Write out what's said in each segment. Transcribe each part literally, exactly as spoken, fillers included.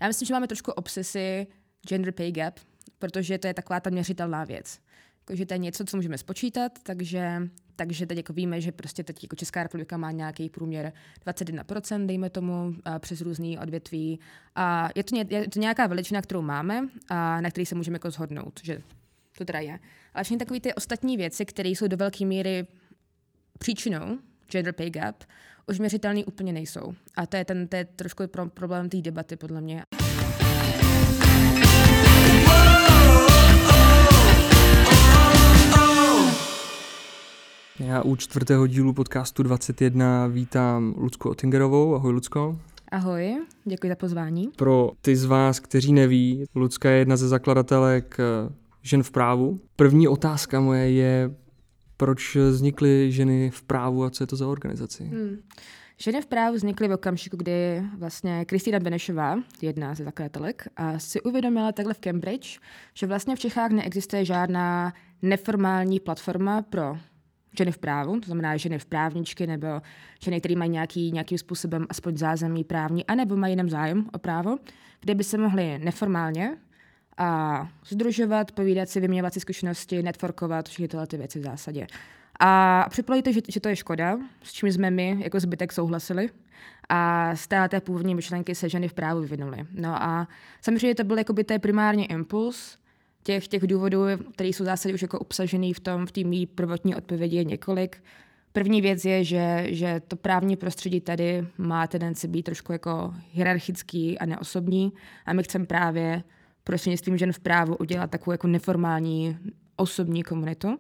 Já myslím, že máme trošku obsesi gender pay gap, protože to je taková ta měřitelná věc. Jakože to je něco, co můžeme spočítat, takže, takže teď jako víme, že prostě teď jako Česká republika má nějaký průměr dvacet jedna procent, dejme tomu, přes různý odvětví. A je to, ně, je to nějaká veličina, kterou máme a na který se můžeme jako shodnout, že to teda je. Ale všechny takové ty ostatní věci, které jsou do velké míry příčinou gender pay gap, už měřitelný úplně nejsou. A to je, ten, to je trošku pro, problém té debaty, podle mě. Já u čtvrtého dílu podcastu dvacet jedna vítám Lucku Ottingerovou. Ahoj, Lucko. Ahoj, děkuji za pozvání. Pro ty z vás, kteří neví, Lucka je jedna ze zakladatelek Žen v právu. První otázka moje je, proč vznikly Ženy v právu a co je to za organizaci? Hmm. Ženy v právu vznikly v okamžiku, kdy vlastně Kristýna Benešová, jedna ze zakladatelek, a si uvědomila takhle v Cambridge, že vlastně v Čechách neexistuje žádná neformální platforma pro ženy v právu, to znamená ženy v právničky nebo ženy, které mají nějaký, nějakým způsobem aspoň zázemí právní, anebo mají jenom zájem o právo, kde by se mohly neformálně a sdružovat, povídat si, vyměňovat si zkušenosti, networkovat, všechny tyhle ty věci v zásadě. A připadlo to, že, že to je škoda, s čím jsme my jako zbytek souhlasili. A z té původní myšlenky se ženy v právu vyvinuly. No a samozřejmě to byl jakoby ten primární impuls těch, těch důvodů, které jsou v zásadě už jako obsažený v tom, v té mý prvotní odpovědi je několik. První věc je, že, že to právní prostředí tady má tendenci být trošku jako hierarchický a neosobní. A my chceme právě prostřednictvím žen v právu udělat takovou jako neformální osobní komunitu.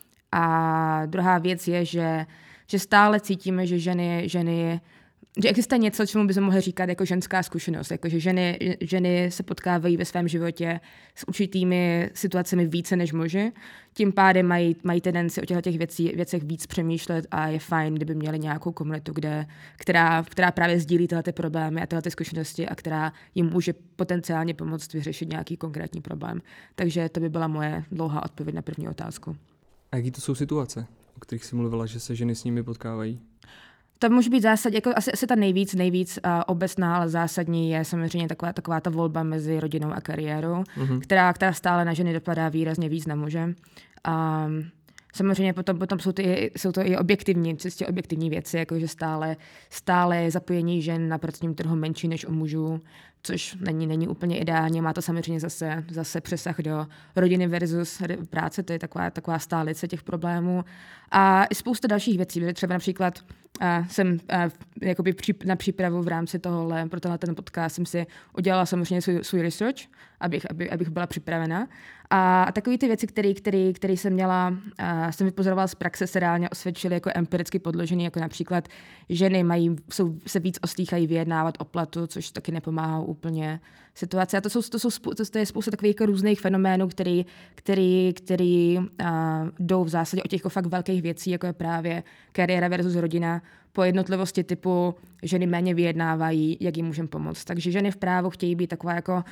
A druhá věc je, že, že stále cítíme, že ženy, ženy, že existuje něco, čemu bychom mohli říkat jako ženská zkušenost. Jako, že ženy, ženy se potkávají ve svém životě s určitými situacemi více než muži. Tím pádem mají, mají tendenci o těchto těch věcí, věcech víc přemýšlet a je fajn, kdyby měli nějakou komunitu, kde, která, která právě sdílí tyhle ty problémy a tyhle ty zkušenosti a která jim může potenciálně pomoct vyřešit nějaký konkrétní problém. Takže to by byla moje dlouhá odpověď na první otázku. A jaký to jsou situace, o kterých jsi mluvila, že se ženy s nimi potkávají? To může být zásadní, jako asi, asi ta nejvíc, nejvíc uh, obecná, ale zásadní je samozřejmě taková, taková ta volba mezi rodinou a kariérou, mm-hmm. která, která stále na ženy dopadá výrazně víc na muže. Um, Samozřejmě potom, potom jsou, ty, jsou to i objektivní, čistě objektivní věci, jako že stále, stále je zapojení žen na pracovním trhu menší než u mužů, což není, není úplně ideálně. Má to samozřejmě zase, zase přesah do rodiny versus práce, to je taková, taková stálice těch problémů. A i spousta dalších věcí, třeba například a jsem a, jakoby při, na přípravu v rámci tohohle, pro tenhle ten podcast jsem si udělala samozřejmě svůj, svůj research, abych, aby, abych byla připravena. A, a takové ty věci, které jsem měla, a, jsem vypozorovala z praxe, se reálně osvědčily jako empiricky podložený, jako například ženy mají, jsou, se víc ostýchají vyjednávat o platu, což taky nepomáhá úplně situace. A to, jsou, to, jsou, to, to je spousta takových jako různých fenoménů, který, který, který a, jdou v zásadě o těch jako fakt velkých věcí, jako je právě kariéra versus rodina, po jednotlivosti typu ženy méně vyjednávají, jak jim můžeme pomoct. Takže ženy v právu chtějí být taková jako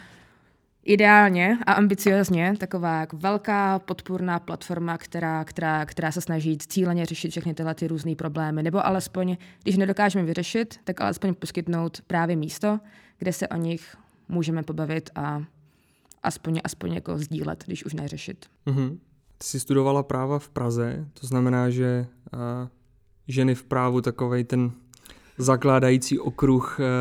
ideálně a ambiciozně taková jako velká podpůrná platforma, která, která, která se snaží cíleně řešit všechny tyhle ty různý problémy, nebo alespoň, když nedokážeme vyřešit, tak alespoň poskytnout právě místo, kde se o nich můžeme pobavit a aspoň, aspoň jako sdílet, když už neřešit. Mm-hmm. Ty jsi studovala práva v Praze, to znamená, že uh, ženy v právu, takovej ten zakládající okruh uh,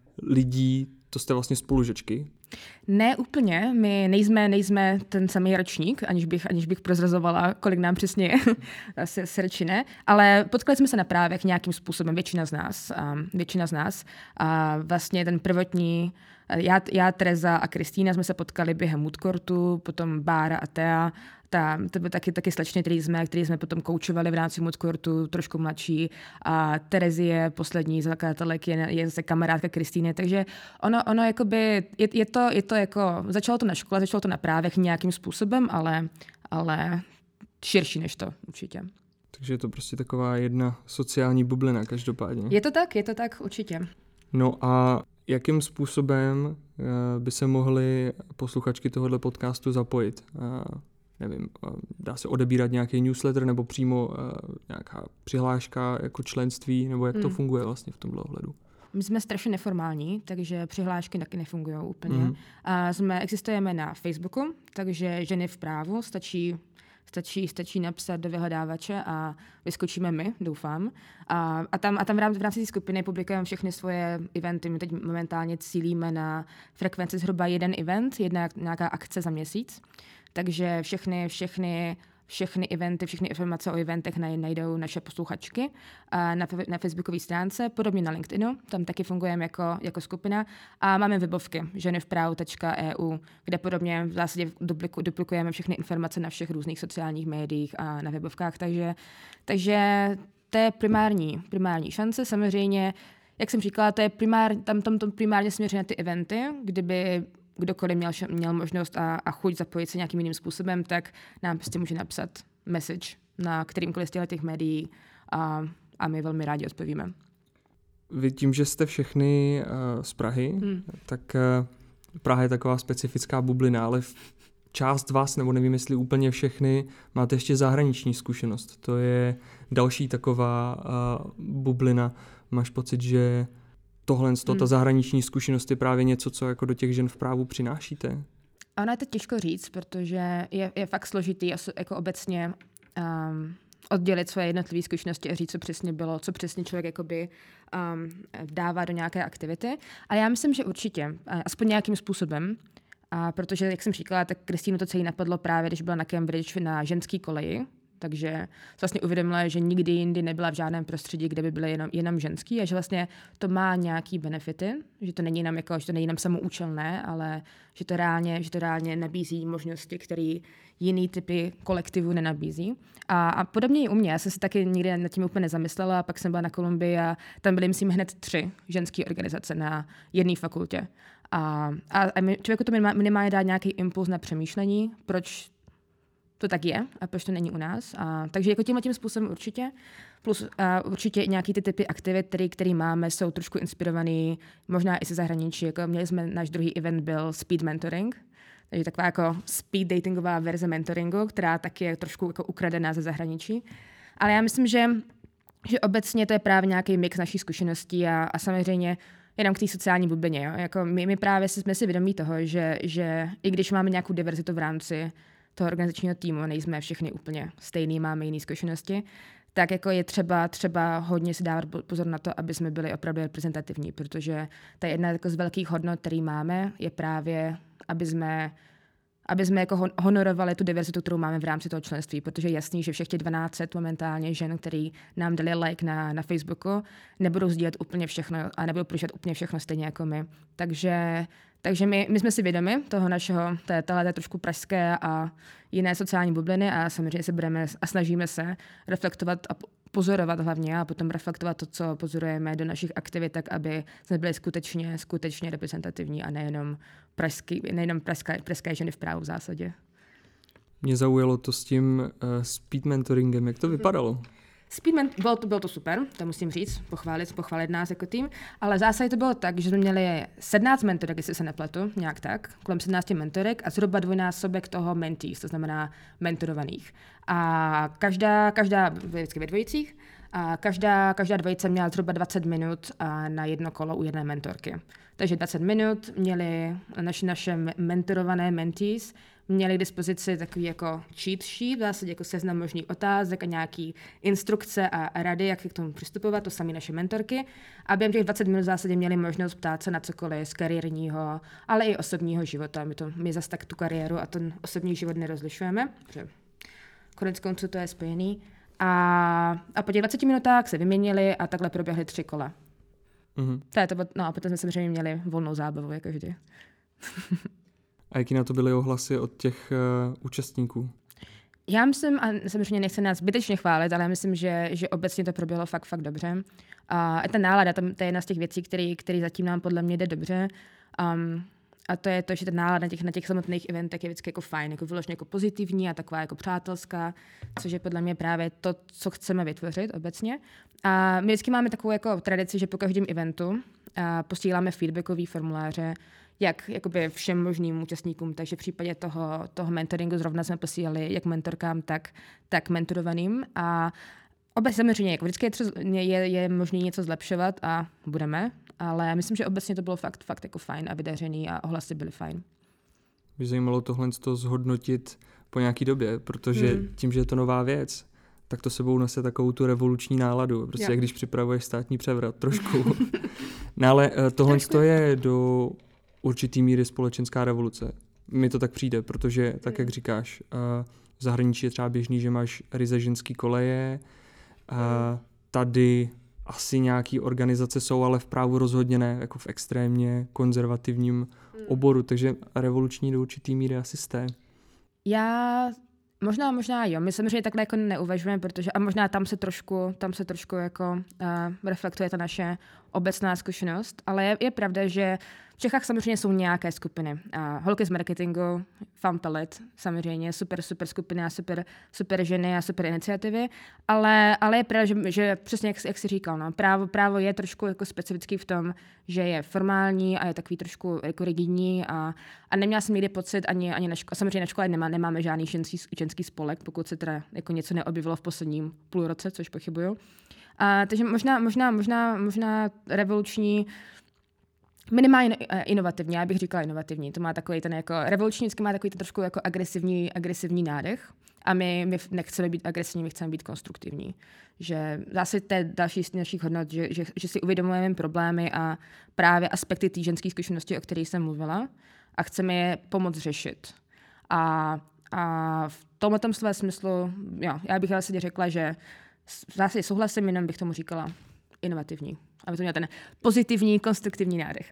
lidí, to jste vlastně spolužečky? Ne úplně, my nejsme, nejsme ten samý ročník, aniž bych, aniž bych prozrazovala, kolik nám přesně je, asi srdči ne, ale potkali jsme se na právech nějakým způsobem, většina z nás, um, většina z nás a vlastně ten prvotní, já, já Tereza a Kristýna jsme se potkali během mood courtu, potom Bára a Thea, Ta, to byly taky, taky slečny, který jsme, který jsme potom koučovali v rámci mood courtu, trošku mladší. A Terezie, poslední zakladatelek, je, je zase kamarádka Kristýny. Takže ono, ono jakoby, je, je, to, je to jako, začalo to na škole, začalo to na právech nějakým způsobem, ale, ale širší než to určitě. Takže je to prostě taková jedna sociální bublina každopádně. Je to tak, je to tak, určitě. No a jakým způsobem by se mohly posluchačky tohoto podcastu zapojit? Nevím, dá se odebírat nějaký newsletter nebo přímo uh, nějaká přihláška jako členství, nebo jak hmm. to funguje vlastně v tomhle ohledu? My jsme strašně neformální, takže přihlášky taky nefungují úplně. Mm. A jsme, existujeme na Facebooku, takže ženy v právu, stačí, stačí, stačí napsat do vyhledávače a vyskočíme my, doufám. A, a tam, a tam v rámci, v rámci té skupiny publikujeme všechny svoje eventy. My teď momentálně cílíme na frekvenci zhruba jeden event, jedna nějaká akce za měsíc. Takže všechny, všechny Všechny eventy, všechny informace o eventech najdou naše posluchačky na, na facebookové stránce, podobně na LinkedInu, tam taky fungujeme jako, jako skupina a máme webovky ženy v právu tečka e u, kde podobně v zásadě dupliku, duplikujeme všechny informace na všech různých sociálních médiích a na webovkách, takže, takže to je primární, primární šance. Samozřejmě, jak jsem říkala, to je primár, tam, tam to primárně směřuje na ty eventy, kdyby kdokoliv měl, měl možnost a, a chuť zapojit se nějakým jiným způsobem, tak nám prostě může napsat message na kterýmkoliv z těch médií a, a my velmi rádi odpovíme. Vy tím, že jste všechny uh, z Prahy, hmm. tak uh, Praha je taková specifická bublina, ale část vás, nebo nevím, jestli úplně všechny, máte ještě zahraniční zkušenost. To je další taková uh, bublina. Máš pocit, že tohle, hmm. ta zahraniční zkušenost je právě něco, co jako do těch žen v právu přinášíte? Ono je to těžko říct, protože je, je fakt složitý jako obecně um, oddělit své jednotlivé zkušenosti a říct, co přesně bylo, co přesně člověk jakoby, um, dává do nějaké aktivity. Ale já myslím, že určitě, aspoň nějakým způsobem, a protože, jak jsem říkala, tak Kristýnu to celé napadlo právě, když byla na Cambridge na ženský koleji, takže vlastně uvědomila, že nikdy jindy nebyla v žádném prostředí, kde by byly jenom, jenom ženský a že vlastně to má nějaký benefity, že to není jenom, jako, že to není jenom samoučelné, ale že to reálně, že to reálně nabízí možnosti, které jiný typy kolektivů nenabízí. A, a podobně i u mě. Já jsem si taky nikdy nad tím úplně nezamyslela, pak jsem byla na Kolumbii a tam byly, myslím, hned tři ženské organizace na jedné fakultě. A, a, a člověku to minimálně dá nějaký impuls na přemýšlení, proč to tak je a proč to není u nás. A, takže jako tímhle tím způsobem určitě. Plus a určitě nějaký ty typy aktivit, který, který máme, jsou trošku inspirovaný, možná i se zahraničí. Jako měli jsme, náš druhý event byl speed mentoring, takže taková jako speed datingová verze mentoringu, která taky je trošku jako ukradená ze zahraničí. Ale já myslím, že, že obecně to je právě nějaký mix naší zkušeností a, a samozřejmě jenom k té sociální bublině. Jo? Jako my, my právě jsme si vědomí toho, že, že i když máme nějakou diverzitu v rámci toho organizačního týmu, nejsme všechny úplně stejný, máme jiné zkušenosti, tak jako je třeba, třeba hodně si dávat pozor na to, aby jsme byli opravdu reprezentativní, protože ta jedna jako z velkých hodnot, který máme, je právě, aby jsme, aby jsme jako honorovali tu diverzitu, kterou máme v rámci toho členství, protože je jasný, že všech těch dvanáct set momentálně žen, který nám dali like na, na Facebooku, nebudou sdílet úplně všechno a nebudou prožívat úplně všechno stejně jako my. Takže Takže my, my jsme si vědomi toho našeho, té, té trošku pražské a jiné sociální bubliny a samozřejmě se budeme a snažíme se reflektovat a pozorovat hlavně a potom reflektovat to, co pozorujeme do našich aktivit, tak aby jsme byli skutečně, skutečně reprezentativní a nejenom pražský, nejenom pražské, pražské ženy v právu v zásadě. Mě zaujalo to s tím uh, speed mentoringem. Jak to vypadalo? Speedman, bylo to, bylo to super, to musím říct, pochválit, pochválit nás jako tým, ale v zásadě to bylo tak, že jsme měli sedmnáct mentorek, jestli se nepletu, nějak tak, kolem sedmnáct mentorek a zhruba dvojnásobek toho mentees, to znamená mentorovaných. A každá, každá vždycky ve dvojicích, a každá, každá dvojice měla zhruba dvacet minut na jedno kolo u jedné mentorky. Takže dvacet minut měli naši, naše mentorované mentees, měli k dispozici takový jako cheat sheet, v zásadě jako seznam možných otázek a nějaký instrukce a rady, jak k tomu přistupovat, to samé naše mentorky. A během těch dvacet minut v zásadě měli možnost ptát se na cokoliv z kariérního, ale i osobního života. My, to, my zase tak tu kariéru a ten osobní život nerozlišujeme, protože konec konců to je spojený. A, a po těch dvaceti minutách se vyměnili a takhle proběhly tři kola. Mm-hmm. To je to, no a potom jsme samozřejmě měli volnou zábavu, jako vždy. A jaký na to byly ohlasy od těch uh, účastníků? Já myslím, a samozřejmě nechci nás zbytečně chválit, ale já myslím, že, že obecně to proběhlo fakt, fakt dobře. A ta nálada, tam, to je jedna z těch věcí, který, který zatím nám podle mě jde dobře. Um, a to je to, že ta nálada na těch, na těch samotných eventech je vždycky jako fajn, jako vyloženě jako pozitivní a taková jako přátelská, což je podle mě právě to, co chceme vytvořit obecně. A my vždycky máme takovou jako tradici, že po každém eventu posíláme feedbackové formuláře, jak jakoby všem možným účastníkům, takže v případě toho, toho mentoringu zrovna jsme posílali jak mentorkám, tak, tak mentorovaným a Obecně samozřejmě, jako vždycky je, třeba, je, je možné něco zlepšovat a budeme, ale myslím, že obecně to bylo fakt, fakt jako fajn a vydařený a ohlasy byly fajn. Mě zajímalo tohle to zhodnotit po nějaký době, protože hmm. tím, že je to nová věc, tak to sebou nese takovou tu revoluční náladu. Prostě jak když připravuješ státní převrat trošku. No ale tohle to je do určitý míry společenská revoluce. Mi to tak přijde, protože tak, jak říkáš, v zahraničí je třeba běžný, že máš ryze ženský koleje, tady asi nějaký organizace jsou, ale v právu rozhodně ne, jako v extrémně konzervativním oboru, takže revoluční do určitý míry asi jste. Já možná, možná jo, my samozřejmě takhle jako neuvažujeme, protože a možná tam se trošku, tam se trošku jako uh, reflektuje ta naše obecná zkušenost, ale je, je pravda, že v Čechách samozřejmě jsou nějaké skupiny. Uh, holky z marketingu, Fanpelit, samozřejmě super, super skupiny a super, super ženy a super iniciativy, ale, ale je pravda, že, že přesně jak, jak jsi říkal, no, právo, právo je trošku jako specifický v tom, že je formální a je takový trošku jako rigidní a, a neměla jsem nikdy pocit ani, ani na škole, samozřejmě na škole nemá, nemáme žádný ženský, ženský spolek, pokud se teda jako něco neobjevilo v posledním půl roce, což pochybuju. A, takže možná, možná, možná, možná revoluční, minimálně inovativní, já bych říkala inovativní. To má takový ten jako, revoluční vždycky má takový ten trošku jako agresivní, agresivní nádech a my, my nechceme být agresivní, my chceme být konstruktivní. Že zase to je další z našich hodnot, že, že, že si uvědomujeme problémy a právě aspekty té ženské zkušenosti, o kterých jsem mluvila a chceme je pomoct řešit. A, a v tomhle slova smyslu, jo, já bych vlastně řekla, že zase souhlasím, jenom bych tomu říkala inovativní. Aby to měl ten pozitivní, konstruktivní nádech.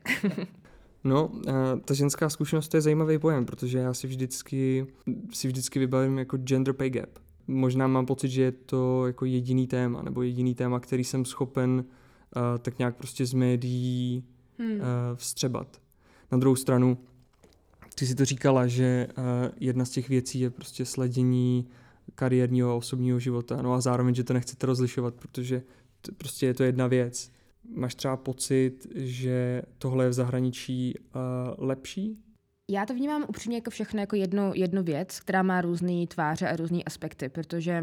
No, ta ženská zkušenost je zajímavý pojem, protože já si vždycky, si vždycky vybavím jako gender pay gap. Možná mám pocit, že je to jako jediný téma, nebo jediný téma, který jsem schopen uh, tak nějak prostě z médií uh, vstřebat. Na druhou stranu, ty si to říkala, že uh, jedna z těch věcí je prostě sledění kariérního a osobního života, no a zároveň, že to nechcete rozlišovat, protože to, prostě je to jedna věc. Máš třeba pocit, že tohle je v zahraničí uh, lepší? Já to vnímám upřímně jako všechno jako jednu, jednu věc, která má různé tváře a různé aspekty, protože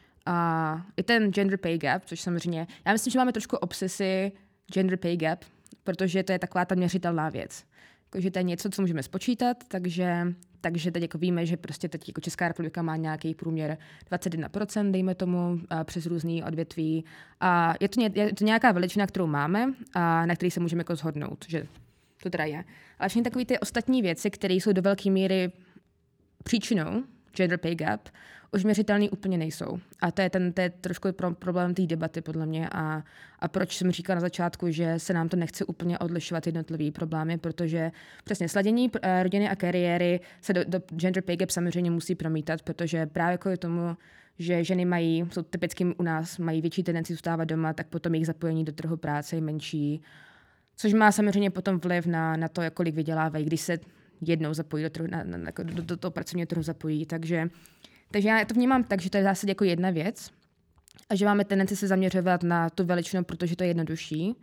uh, i ten gender pay gap, což samozřejmě, já myslím, že máme trošku obsesi gender pay gap, protože to je taková ta měřitelná věc. Jako, že to je něco, co můžeme spočítat, takže, takže teď jako víme, že prostě teď jako Česká republika má nějaký průměr dvacet jedna procent, dejme tomu, a přes různý odvětví. A je to, ně, je to nějaká veličina, kterou máme a na který se můžeme jako shodnout, že to teda je. Ale všechny takové ty ostatní věci, které jsou do velké míry příčinou gender pay gap, už měřitelný úplně nejsou. A to je, ten, to je trošku pro, problém té debaty, podle mě. A, a proč jsem říkala na začátku, že se nám to nechce úplně odlišovat jednotlivý problémy, protože přesně sladění uh, rodiny a kariéry se do, do gender pay gap samozřejmě musí promítat, protože právě kvůli tomu, že ženy mají, jsou typicky u nás, mají větší tendenci zůstávat doma, tak potom jejich zapojení do trhu práce je menší. Což má samozřejmě potom vliv na, na to, kolik vydělávají, když se jednou zapojí do, trhu, na, na, do, do, do toho pracovního trhu zapojí. Takže Takže já to vnímám tak, že to je v zásadě jako jedna věc a že máme tendenci se zaměřovat na tu veličinu, protože to je jednodušší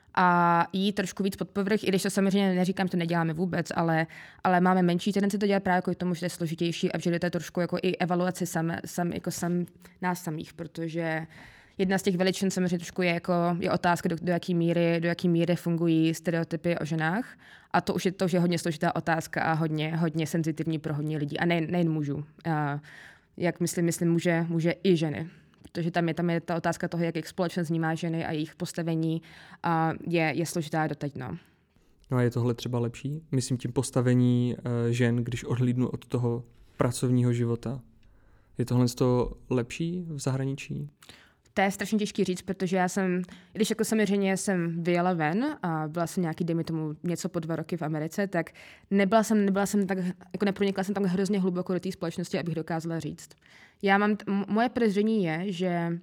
a jít trošku víc pod povrch, i když to samozřejmě neříkám, to neděláme vůbec, ale, ale máme menší tendenci to dělat právě jako tomu, že to je složitější a že to je trošku jako i evaluaci sam, sam, jako sam, nás samých, protože jedna z těch veličin samozřejmě trošku je, jako, je otázka, do, do jaký míry, do jaký míry fungují stereotypy o ženách. A to už je, to už je hodně složitá otázka a hodně, hodně senzitivní pro hodně lidí. A nejen, nejen mužů. A jak myslím, myslím muže, muže i ženy. Protože tam je, tam je ta otázka toho, jak společnost vnímá ženy a jejich postavení a je, je složitá doteď. No. No a je tohle třeba lepší? Myslím tím postavení uh, žen, když odhlídnu od toho pracovního života. Je tohle z toho lepší v zahraničí? To je strašně těžký říct, protože já jsem, když jako samozřejmě jsem vyjela ven a byla jsem nějaký, dejme tomu, něco po dva roky v Americe, tak nebyla jsem, nebyla jsem tak, jako nepronikla jsem tam hrozně hluboko do té společnosti, abych dokázala říct. Já mám, m- moje podezření je, že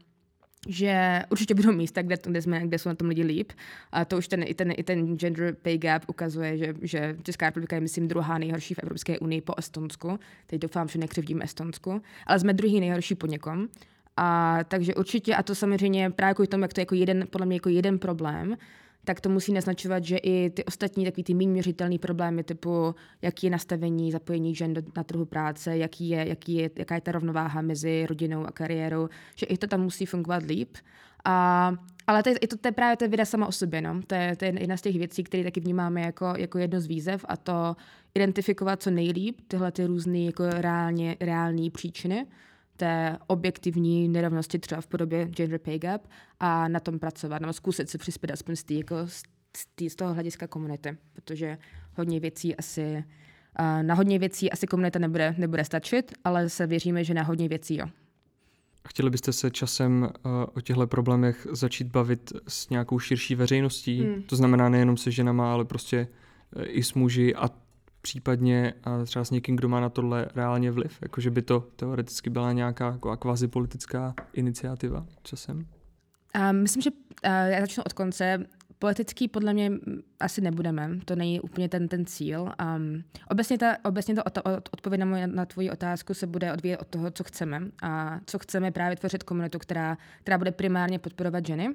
že určitě budou místa, kde, kde, jsme, kde jsou na tom lidi líp. A to už ten, i, ten, i ten gender pay gap ukazuje, že, že Česká republika je, myslím, druhá nejhorší v Evropské unii po Estonsku. Teď doufám, že nekřivdím Estonsku, ale jsme druhý nejhorší po někom. A takže určitě, a to samozřejmě právě kvůli tomu, jak to je jako jeden, podle mě jako jeden problém, tak to musí naznačovat, že i ty ostatní takový ty méně měřitelné problémy, typu jaký je nastavení, zapojení žen do, na trhu práce, jaký je, jaký je, jaká je ta rovnováha mezi rodinou a kariérou, že i to tam musí fungovat líp. A, ale to je, to, to je právě ta věda sama o sobě. No. To, je, to je jedna z těch věcí, které taky vnímáme jako, jako jedno z výzev, a to identifikovat co nejlíp tyhle ty různé jako reálně, reální příčiny té objektivní nerovnosti třeba v podobě gender pay gap a na tom pracovat, nebo zkusit se přispět aspoň z, tý, jako z, tý, z toho hlediska komunity, protože hodně věcí asi, uh, na hodně věcí asi komunita nebude, nebude stačit, ale se věříme, že na hodně věcí jo. Chtěli byste se časem uh, o těchto problémech začít bavit s nějakou širší veřejností? Hmm. To znamená nejenom se ženama, ale prostě uh, i s muži a případně uh, třeba s někým, kdo má na tohle reálně vliv? Jakože by to teoreticky byla nějaká jako kvazi politická iniciativa časem? Uh, myslím, že uh, já začnu od konce. Politický podle mě asi nebudeme, to není úplně ten, ten cíl. Um, obecně ta, obecně ta odpověď na, moje, na tvoji otázku se bude odvíjet od toho, co chceme. A co chceme právě tvořit komunitu, která, která bude primárně podporovat ženy.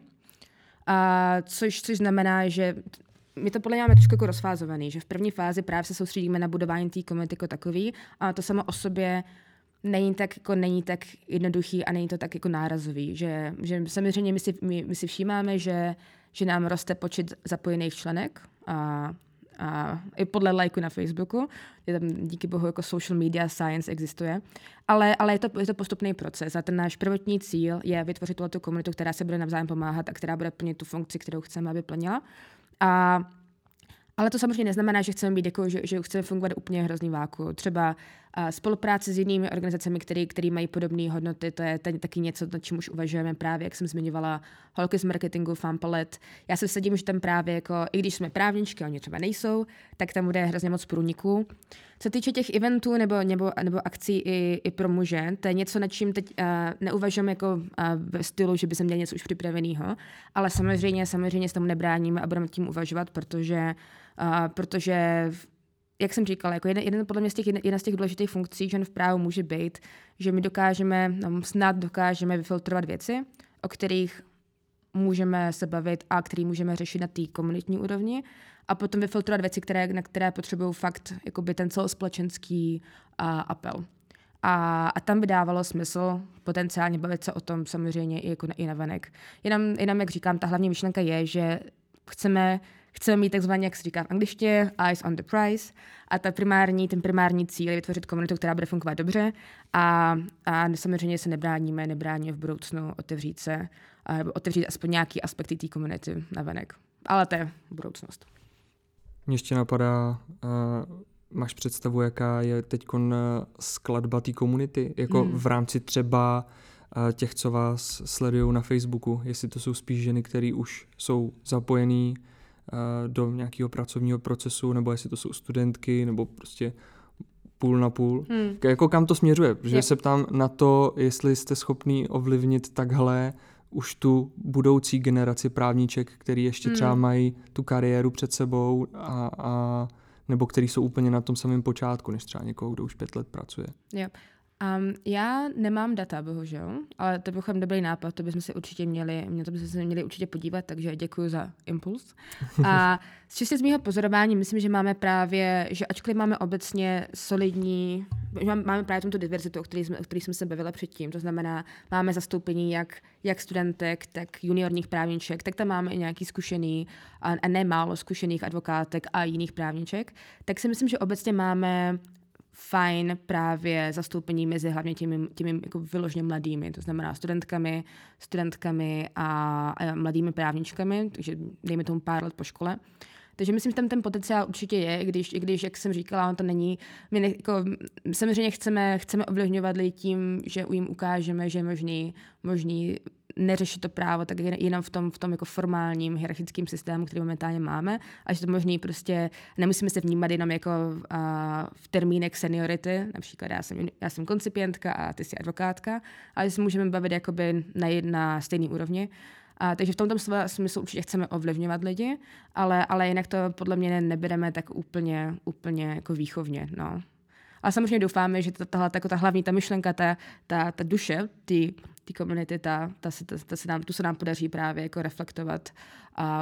A což, což znamená, že my to podle mě máme trošku jako rozfázovaný, že v první fázi právě se soustředíme na budování té komunity jako takový, a to samo o sobě není tak, jako, není tak jednoduchý a není to tak jako nárazový. Že, že samozřejmě my si, my, my si všímáme, že že nám roste počet zapojených členek a, a i podle lajku na Facebooku. Je tam díky bohu jako social media science existuje. Ale, ale je, to, je to postupný proces a ten náš prvotní cíl je vytvořit tu komunitu, která se bude navzájem pomáhat a která bude plnit tu funkci, kterou chceme, aby plnila. A ale to samozřejmě neznamená, že chceme být jako, že, že chceme fungovat úplně hrozný váku. Třeba uh, spolupráce s jinými organizacemi, které mají podobné hodnoty, to je tady taky něco, nad čím už uvažujeme právě, jak jsem zmiňovala, holky z marketingu, Fampalet. Já se vsadím, že tam právě, jako, i když jsme právničky, oni třeba nejsou, tak tam bude hrozně moc průniků. Co týče těch eventů nebo, nebo, nebo akcí i, i pro muže, to je něco, nad čím teď uh, neuvažujeme jako uh, ve stylu, že by se měl něco už připraveného, ale samozřejmě, samozřejmě s tomu nebráníme a budeme tím uvažovat, protože Uh, protože, jak jsem říkala, jako jeden, jeden podle mě z těch, jedna z těch důležitých funkcí žen v právu může být, že my dokážeme, no, snad dokážeme vyfiltrovat věci, o kterých můžeme se bavit a které můžeme řešit na té komunitní úrovni, a potom vyfiltrovat věci, které, na které potřebují fakt jakoby ten celospolečenský uh, apel. A, a tam by dávalo smysl potenciálně bavit se o tom samozřejmě i, jako, i navenek. Jenom, jenom, jak říkám, ta hlavní myšlenka je, že chceme Chceme mít takzvaně, jak se říká v angličtině, eyes on the prize, a ta primární, ten primární cíl je vytvořit komunitu, která bude fungovat dobře, a, a samozřejmě se nebráníme, nebráníme v budoucnu otevřít se, nebo otevřít aspoň nějaký aspekty té komunity navenek. Ale to je budoucnost. Mně ještě napadá, uh, máš představu, jaká je teď skladba té komunity, jako hmm. v rámci třeba uh, těch, co vás sledují na Facebooku, jestli to jsou spíš ženy, které už jsou zapojený do nějakého pracovního procesu, nebo jestli to jsou studentky, nebo prostě půl na půl. Hmm. Jako kam to směřuje? Protože yep. se ptám na to, jestli jste schopný ovlivnit takhle už tu budoucí generaci právníček, který ještě hmm. třeba mají tu kariéru před sebou, a, a nebo který jsou úplně na tom samém počátku, než třeba někoho, kdo už pět let pracuje. Yep. Um, já nemám data, bohužel, ale to bychom dobrý nápad, to bychom si určitě měli, mě to bychom se měli určitě podívat, takže děkuji za impuls. A čistě z mého pozorování myslím, že máme právě, že ačkoliv máme obecně solidní, máme právě tomto diverzitu, o které jsme, o který jsme se bavili předtím, to znamená, máme zastoupení jak, jak studentek, tak juniorních právniček, tak tam máme i nějaký zkušený a, a ne málo zkušených advokátek a jiných právniček, tak si myslím, že obecně máme fajn právě zastoupení mezi hlavně těmi, těmi jako vyloženě mladými, to znamená studentkami, studentkami a, a mladými právničkami, takže dejme tomu pár let po škole. Takže myslím, že tam ten potenciál určitě je, i když, i když jak jsem říkala, on to není, my ne, jako, samozřejmě chceme, chceme ovlivňovat lidi tím, že jim ukážeme, že je možný, možný neřešit to právo tak jenom v tom, v tom jako formálním hierarchickém systému, který momentálně máme, a že to možný prostě, nemusíme se vnímat jenom jako uh, v termínech seniority, například já jsem, já jsem koncipientka a ty jsi advokátka, ale že se můžeme bavit jakoby na, na stejný úrovni. A, takže v tomto smyslu určitě chceme ovlivňovat lidi, ale, ale jinak to podle mě nebereme tak úplně, úplně jako výchovně. No. A samozřejmě doufáme, že tahle ta, ta hlavní ta myšlenka, ta, ta, ta duše té komunity, ta, ta, ta, ta se nám, tu se nám podaří právě jako reflektovat a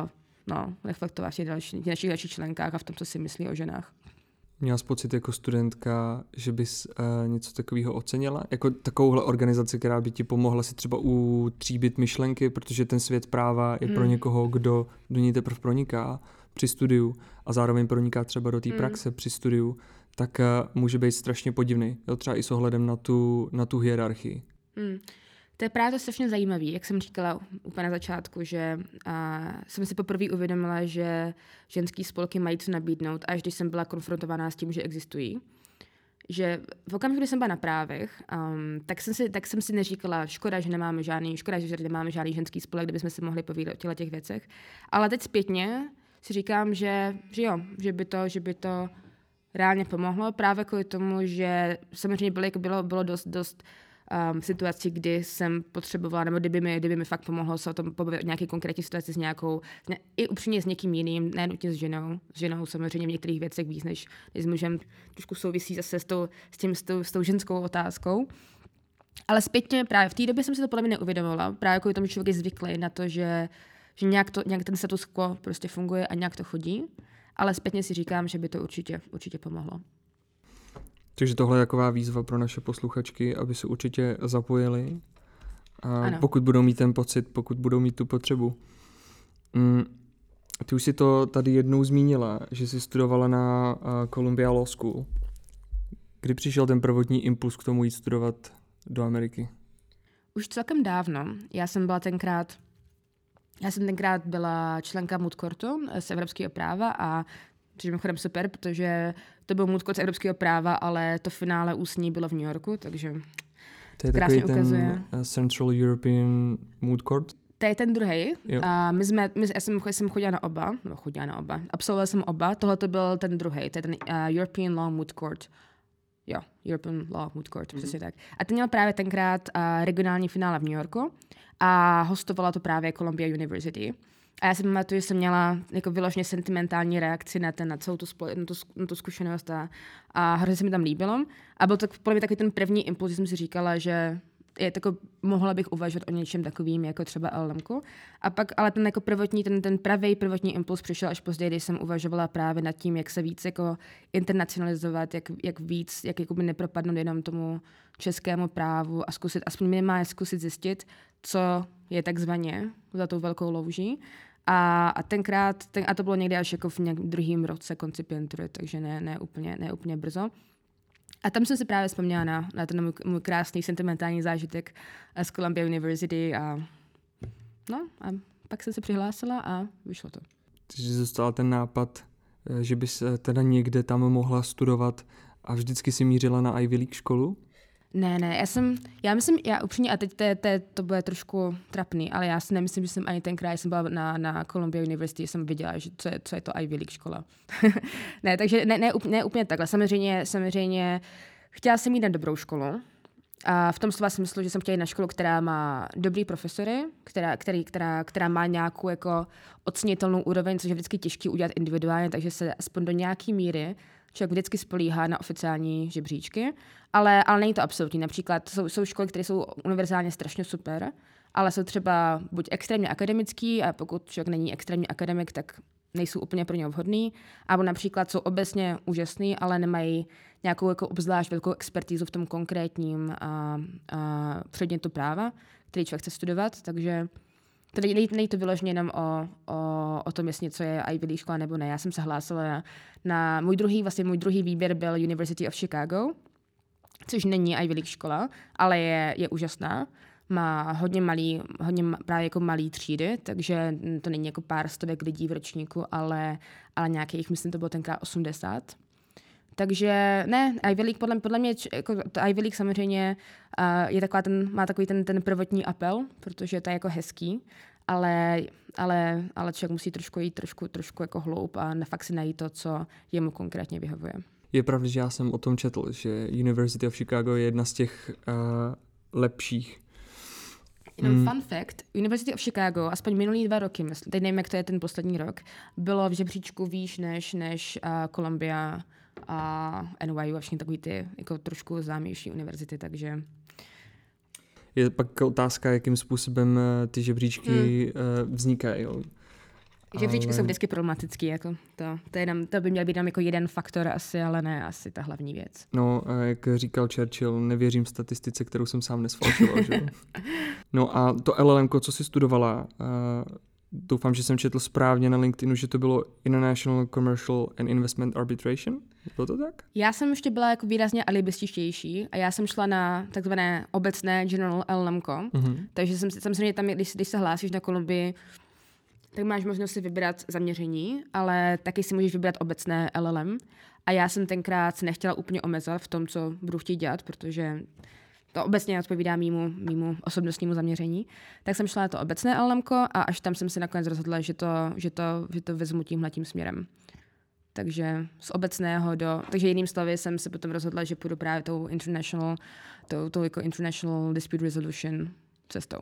no, reflektovat v těch, další, těch našich dalších členkách a v tom, co si myslí o ženách. Měla jsi pocit jako studentka, že bys uh, něco takového ocenila? Jako takovouhle organizaci, která by ti pomohla si třeba utříbit myšlenky, protože ten svět práva je hmm. pro někoho, kdo do ní teprve proniká při studiu a zároveň proniká třeba do té hmm. praxe při studiu, tak uh, může být strašně podivný. Jo? Třeba i s ohledem na tu, na tu hierarchii. Hmm. To je právě to strašně zajímavé, jak jsem říkala úplně na začátku, že a, jsem si poprvé uvědomila, že ženský spolky mají co nabídnout, až když jsem byla konfrontovaná s tím, že existují. Že v okamžiku, kdy jsem byla na právech, um, tak, jsem si, tak jsem si neříkala, škoda, že nemáme žádný, škoda, že nemáme žádný ženský spolek, kde bychom si mohli povídat o těch věcech. Ale teď zpětně si říkám, že, že jo, že by to, že by to reálně pomohlo, právě kvůli tomu, že samozřejmě bylo, bylo, bylo dost, dost Um, situaci, kdy jsem potřebovala, nebo kdyby mi, kdyby mi fakt pomohlo se o tom pobavit o nějaké konkrétní situaci s nějakou, ne, i upřímně s někým jiným, ne nutně s ženou. S ženou samozřejmě v některých věcech víc, než, než s mužem. Trošku souvisí zase s tou, s tím, s tou, s tou ženskou otázkou. Ale zpětně právě v té době jsem si to podle mě neuvědomovala. Právě kvůli tomu člověk je zvyklý na to, že, že nějak, to, nějak ten status quo prostě funguje a nějak to chodí. Ale zpětně si říkám, že by to určitě, určitě pomohlo. Takže tohle je taková výzva pro naše posluchačky, aby se určitě zapojili, a pokud budou mít ten pocit, pokud budou mít tu potřebu. Mm, ty už si to tady jednou zmínila, že jsi studovala na uh, Columbia Law School. Kdy přišel ten prvotní impuls k tomu jít studovat do Ameriky? Už celkem dávno. Já jsem byla tenkrát, já jsem tenkrát byla členka Moot Courtu z evropského práva a což je chodem super, protože to byl moot court z evropského práva, ale to finále ústní bylo v New Yorku, takže to je krásně takový ukazuje. Ten Central European Moot Court? To je ten druhý. A my jsme, my, já jsem, jsem chodila na oba, no chodila na oba, absolvovala jsem oba, tohle to byl ten druhý, to je ten uh, European Law Moot Court. Jo, European Law Moot Court, mm-hmm. přesně tak. A ten měl právě tenkrát uh, regionální finále v New Yorku a hostovala to právě Columbia University. A já si pamatuju, že jsem měla jako vyloženě sentimentální reakci na, ten, na celou tu, spole, na tu, na tu zkušenost a, a hrozně se mi tam líbilo. A byl to podle mě takový ten první impuls, že jsem si říkala, že je tako, mohla bych uvažovat o něčem takovým, jako třeba L L M. A pak, ale ten jako prvotní, ten, ten pravý prvotní impuls přišel až později, když jsem uvažovala právě nad tím, jak se víc jako internacionalizovat, jak, jak víc, jak jakoby nepropadnout jenom tomu českému právu a zkusit, aspoň minimálně zkusit zjistit, co je takzvaně za tou velkou louží. A, a tenkrát, ten, a to bylo někdy až jako v nějakém druhém roce koncipientury, takže ne, ne, úplně, ne úplně brzo. A tam jsem si právě vzpomněla na, na ten můj, můj krásný sentimentální zážitek z Columbia University a no a pak jsem se přihlásila a vyšlo to. Takže zůstal ten nápad, že bys teda někde tam mohla studovat a vždycky si mířila na Ivy League školu? Ne, ne, já jsem, já myslím, já upřímně, a teď to, to, to bude trošku trapný, ale já si nemyslím, že jsem ani tenkrát, jsem byla na, na Columbia University, jsem viděla, že co je, co je to Ivy League škola. ne, takže ne, ne, ne úplně takhle. Samozřejmě, samozřejmě chtěla jsem jít na dobrou školu. A v tom slova smyslu, že jsem chtěla jít na školu, která má dobrý profesory, která, který, která, která má nějakou jako ocenitelnou úroveň, což je vždycky těžké udělat individuálně, takže se aspoň do nějaký míry člověk vždycky spolíhá na oficiální žebříčky, ale, ale není to absolutní. Například jsou, jsou školy, které jsou univerzálně strašně super, ale jsou třeba buď extrémně akademický, a pokud člověk není extrémní akademik, tak nejsou úplně pro něj vhodný, nebo například jsou obecně úžasný, ale nemají nějakou jako obzvlášť velkou expertízu v tom konkrétním a, a předmětu práva, který člověk chce studovat, takže tady nejde to vyloženě jenom o, o, o tom, jestli něco je Ivy League škola nebo ne. Já jsem se hlásila na, na můj druhý, vlastně můj druhý výběr byl University of Chicago, což není Ivy League škola, ale je, je úžasná. Má hodně malý, hodně právě jako malý třídy, takže to není jako pár stovek lidí v ročníku, ale, ale nějakých, myslím, to bylo tenkrát osmdesát. Takže ne, Ivy League podle, podle mě, jako to Ivy League samozřejmě uh, je taková ten, má takový ten, ten prvotní apel, protože to je jako hezký, ale, ale, ale člověk musí trošku jít trošku, trošku jako hloub a fakt si najít to, co jemu konkrétně vyhovuje. Je pravda, že já jsem o tom četl, že University of Chicago je jedna z těch uh, lepších. Jenom mm. fun fact, University of Chicago, aspoň minulý dva roky, myslím, teď nevím, jak to je ten poslední rok, bylo v žebříčku výš než, než uh, Columbia a N Y U a všechny takový ty jako trošku známější univerzity, takže... Je pak otázka, jakým způsobem ty žebříčky mm. uh, vznikají. Žebříčky ale... jsou vždycky problematický, jako to, to, je nám, to by měl být nám jako jeden faktor asi, ale ne asi ta hlavní věc. No, jak říkal Churchill, nevěřím statistice, kterou jsem sám nesfalšoval, že? No a to L L M ko, co jsi studovala, uh, doufám, že jsem četl správně na LinkedInu, že to bylo International Commercial and Investment Arbitration. Bylo to tak? Já jsem ještě byla jako výrazně alibističtější a já jsem šla na takzvané obecné General L L M ko, mm-hmm. takže jsem samozřejmě tam, když, když se hlásíš na Kolumbii, tak máš možnost si vybrat zaměření, ale taky si můžeš vybrat obecné L L M. A já jsem tenkrát se nechtěla úplně omezovat v tom, co budu chtít dělat, protože to obecně odpovídá mýmu, mýmu osobnostnímu zaměření. Tak jsem šla na to obecné L L M ko a až tam jsem si nakonec rozhodla, že to, že to, že to vezmu tímhletím směrem. Takže z obecného do... Takže jiným slovy jsem se potom rozhodla, že půjdu právě tou international, tou, tou jako international dispute resolution cestou.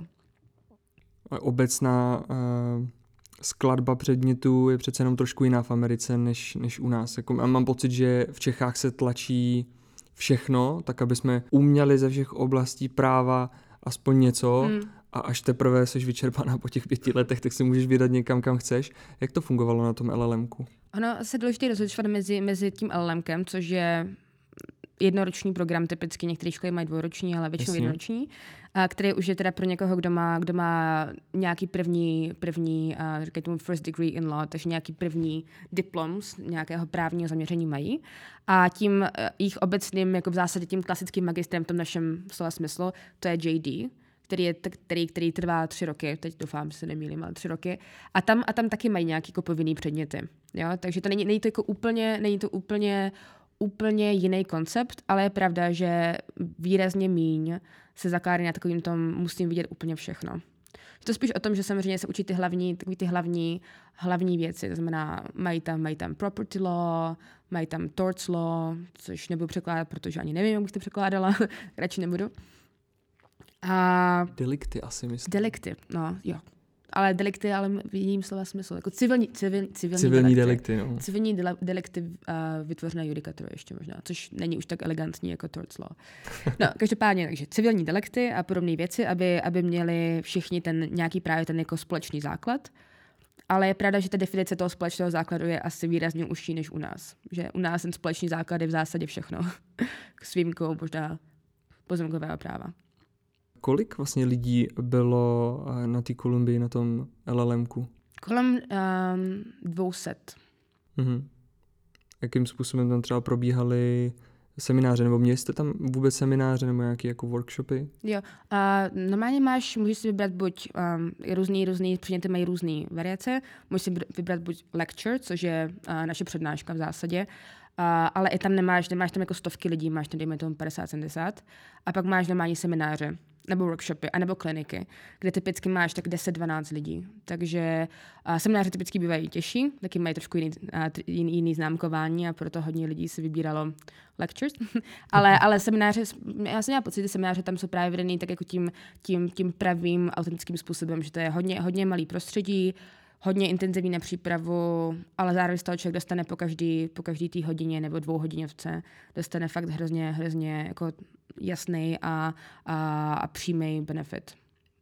Obecná uh, skladba předmětů je přece jenom trošku jiná v Americe než, než u nás. Jako, a mám pocit, že v Čechách se tlačí všechno, tak aby jsme uměli ze všech oblastí práva aspoň něco hmm. a až teprve seš vyčerpaná po těch pěti letech, tak si můžeš vydat někam, kam chceš. Jak to fungovalo na tom L L M ku? Ono se důležité rozlišovat mezi, mezi tím L L M kem, což je jednoroční program, typicky některé školy mají dvouroční, ale většinou jednoroční, a který už je teda pro někoho, kdo má, kdo má nějaký první, první uh, říkají tomu first degree in law, takže nějaký první diplom z nějakého právního zaměření mají. A tím uh, jejich obecným, jako v zásadě tím klasickým magistrem v tom našem slova smyslu, to je J D, který, je, který, který trvá tři roky, teď doufám, že se nemýlím, ale tři roky. A tam, a tam taky mají nějaký jako povinný předměty. Jo? Takže to není, není to jako úplně, není to úplně úplně jiný koncept, ale je pravda, že výrazně míň se zakládá na takovým tom, musím vidět úplně všechno. Je to spíš o tom, že samozřejmě se učí ty hlavní, takový ty hlavní, hlavní věci, to znamená, mají tam, mají tam property law, mají tam torts law, což nebudu překládat, protože ani nevím, jak bych to překládala, radši nebudu. A... Delikty asi myslím. Delikty, no jo. Ale delikty, ale v jiným slova smyslu. Jako civilní, civil, civilní, civilní delikty. delikty, no. Civilní dele, delikty uh, vytvořené judikaturou ještě možná, což není už tak elegantní jako torts law. No, každopádně, takže civilní delikty a podobné věci, aby, aby měli všichni ten nějaký právě ten jako společný základ. Ale je pravda, že ta definice toho společného základu je asi výrazně užší než u nás. Že u nás ten společný základ je v zásadě všechno. S výjimkou možná pozemkového práva. Kolik vlastně lidí bylo na té Kolumbii, na tom L L M ku? Kolem um, dvě stě. Mhm. Jakým způsobem tam třeba probíhaly semináře, nebo měli jste tam vůbec semináře nebo nějaké jako workshopy? Jo, uh, normálně máš, můžeš si vybrat buď um, různý, různý předměty mají různé variace, můžeš si vybrat buď lecture, což je uh, naše přednáška v zásadě, Uh, ale i tam nemáš, nemáš tam jako stovky lidí, máš tam dejme tomu padesát sedmdesát a pak máš normální semináře nebo workshopy, anebo kliniky, kde typicky máš tak deset dvanáct lidí. Takže uh, semináře typicky bývají těžší, taky mají trošku jiný, uh, jiný, jiný známkování a proto hodně lidí si vybíralo lectures. ale, ale semináře, já jsem měla pocit, že semináře tam jsou právě vedený tak jako tím, tím, tím pravým autentickým způsobem, že to je hodně, hodně malý prostředí, hodně intenzivní na přípravu, ale zároveň z toho člověk dostane po každý, po každý té hodině nebo dvouhodinovce, dostane fakt hrozně, hrozně jako jasný a, a, a přímý benefit.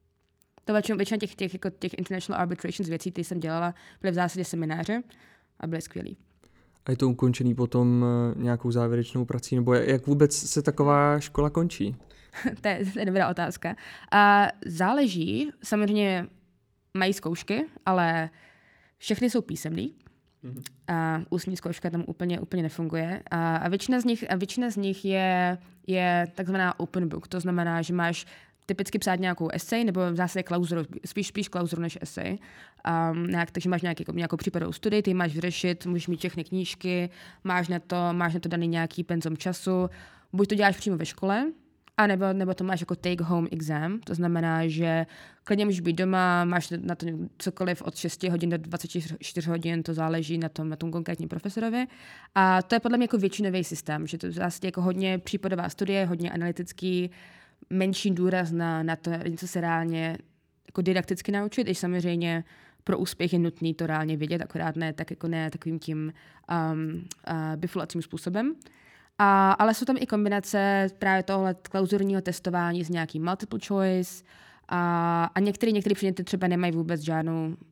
To většinou, většina těch, těch, jako těch international arbitrations věcí, které jsem dělala, byly v zásadě semináře a byly skvělý. A je to ukončený potom nějakou závěrečnou prací? Nebo jak vůbec se taková škola končí? to, je, to je dobrá otázka. A záleží, samozřejmě mají zkoušky, ale všechny jsou písemný. Mm-hmm. A ústní zkouška tam úplně, úplně nefunguje. A, a, většina z nich, a většina z nich je, je takzvaná open book. To znamená, že máš typicky psát nějakou esej, nebo v zásadě klauzuru, spíš, spíš klauzuru než esej. Um, nějak, takže máš nějaký, nějakou případovou studii, ty máš vyřešit, můžeš mít všechny knížky, máš na to, máš na to daný nějaký penzum času. Buď to děláš přímo ve škole, a nebo, nebo to máš jako take home exam, to znamená, že klidně můžeš být doma, máš na to cokoliv od šesti hodin do dvacet čtyři hodin, to záleží na tom, na tom konkrétním profesorovi. A to je podle mě jako většinový systém, že to je vlastně jako hodně případová studie, hodně analytický, menší důraz na, na to, něco se reálně jako didakticky naučit, i samozřejmě pro úspěch je nutný to reálně vědět, akorát ne, tak jako ne takovým tím um, uh, bifulacím způsobem. A, ale jsou tam i kombinace právě tohle klauzurního testování s nějakým multiple choice a, a některé některé předměty třeba nemají vůbec žádnou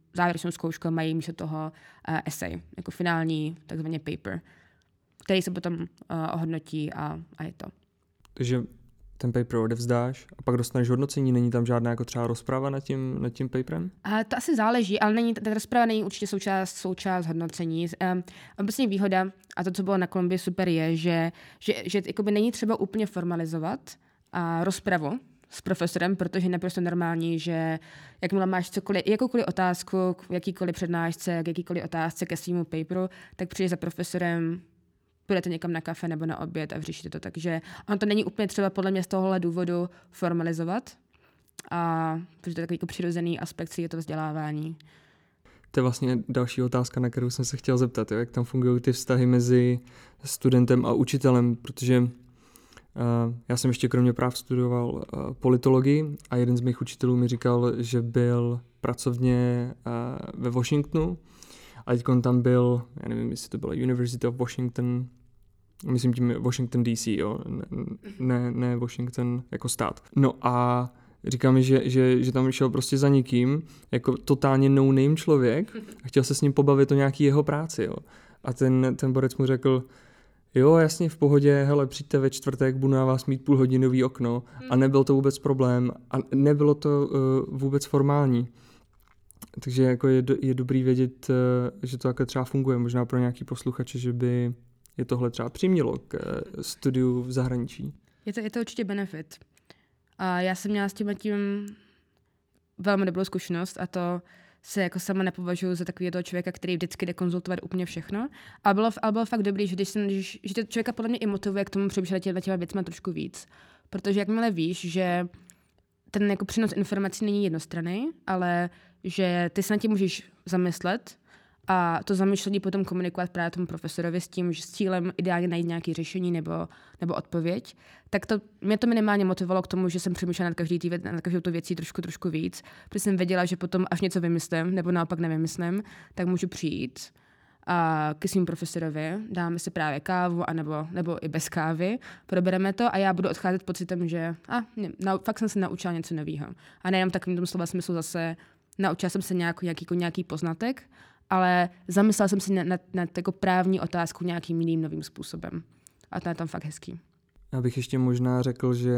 závěrečnou zkoušku mají místo toho uh, essay, jako finální takzvaný paper, který se potom uh, ohodnotí a, a je to. Takže ten paper odevzdáš a pak dostaneš hodnocení, není tam žádná jako třeba rozprava nad tím, nad tím paperem? A to asi záleží, ale není, ta rozprava není určitě součást, součást hodnocení. Um, obecně výhoda, a to, co bylo na Kolumbii super, je, že, že, že jakoby není třeba úplně formalizovat a rozpravu s profesorem, protože je naprosto normální, že jakmile máš cokoliv, jakoukoliv otázku, k jakýkoliv přednášce, k jakýkoliv otázce ke svému paperu, tak přijdeš za profesorem, půjdete někam na kafe nebo na oběd a vyřešíte to. Takže ono to není úplně třeba podle mě z tohohle důvodu formalizovat, a protože to je takový jako přirozený aspekt si je to vzdělávání. To je vlastně další otázka, na kterou jsem se chtěl zeptat, jo? Jak tam fungují ty vztahy mezi studentem a učitelem, protože uh, já jsem ještě kromě práv studoval uh, politologii a jeden z mých učitelů mi říkal, že byl pracovně uh, ve Washingtonu a teď on tam byl, já nevím, jestli to byla University of Washington, myslím tím Washington D C, jo? Ne, ne Washington jako stát. No a říká mi, že, že, že tam šel prostě za někým, jako totálně no-name člověk a chtěl se s ním pobavit o nějaký jeho práci, jo. A ten, ten borec mu řekl, jo, jasně, v pohodě, hele, přijďte ve čtvrtek, budu na vás mít půlhodinový okno. A nebyl to vůbec problém a nebylo to uh, vůbec formální. Takže jako je, do, je dobrý vědět, uh, že to takhle třeba funguje, možná pro nějaký posluchače, že by je tohle třeba přimělo k uh, studiu v zahraničí. Je to, je to určitě benefit. A já jsem měla s tím tím velmi dobrou zkušenost a to se jako sama nepovažuji za takového toho člověka, který vždycky jde konzultovat úplně všechno. A bylo, a bylo fakt dobrý, že, když jsem, že, že to člověka podle mě i motivuje k tomu přemýšlet těma těma věcma trošku víc. Protože jakmile víš, že ten jako přenos informací není jednostranný, ale že ty se na tím můžeš zamyslet a to zamýšlení potom komunikovat právě tomu profesorovi s tím, že s cílem ideálně najít nějaké řešení nebo, nebo odpověď, tak to, mě to minimálně motivovalo k tomu, že jsem přemýšlela nad, každý tý, nad každou tu věcí trošku, trošku víc, protože jsem věděla, že potom až něco vymyslím, nebo naopak nevymyslím, tak můžu přijít a k svým profesorovi, dáme si právě kávu, anebo, nebo i bez kávy, probereme to a já budu odcházet pocitem, že a, ne, na, fakt jsem se naučila něco nového. A nejenom takovým tom slova smyslu zase, naučila jsem se nějaký, nějaký, nějaký poznatek, ale zamyslela jsem si na, na, na jako právní otázku nějakým jiným novým způsobem. A to je tam fakt hezký. Já bych ještě možná řekl, že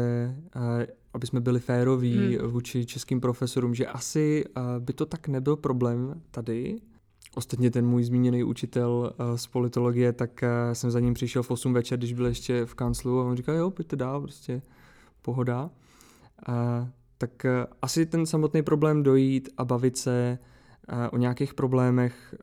aby jsme byli féroví hmm. vůči českým profesorům, že asi by to tak nebyl problém tady. Ostatně ten můj zmíněný učitel z politologie, tak jsem za ním přišel v osm večer, když byl ještě v kanclu a on říkal, jo, pojďte dál, prostě pohoda. A, tak asi ten samotný problém dojít a bavit se o nějakých problémech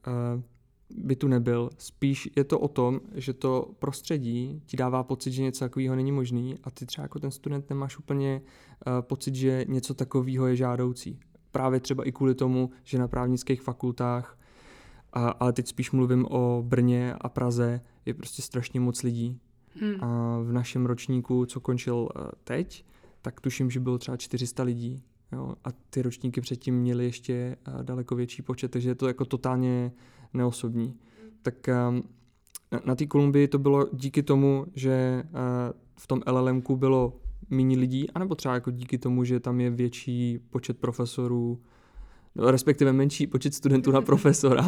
by tu nebyl. Spíš je to o tom, že to prostředí ti dává pocit, že něco takového není možný a ty třeba jako ten student nemáš úplně pocit, že něco takového je žádoucí. Právě třeba i kvůli tomu, že na právnických fakultách, a, ale teď spíš mluvím o Brně a Praze, je prostě strašně moc lidí. Hmm. A v našem ročníku, co končil teď, tak tuším, že bylo třeba čtyři sta lidí. Jo, a ty ročníky předtím měly ještě uh, daleko větší počet, takže je to jako totálně neosobní. Tak um, na, na té Kolumbii to bylo díky tomu, že uh, v tom L L M ku bylo méně lidí, anebo třeba jako díky tomu, že tam je větší počet profesorů, no, respektive menší počet studentů na profesora.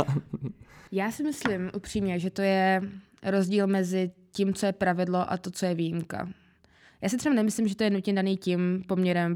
Já si myslím upřímně, že to je rozdíl mezi tím, co je pravidlo a to, co je výjimka. Já si třeba nemyslím, že to je nutně daný tím poměrem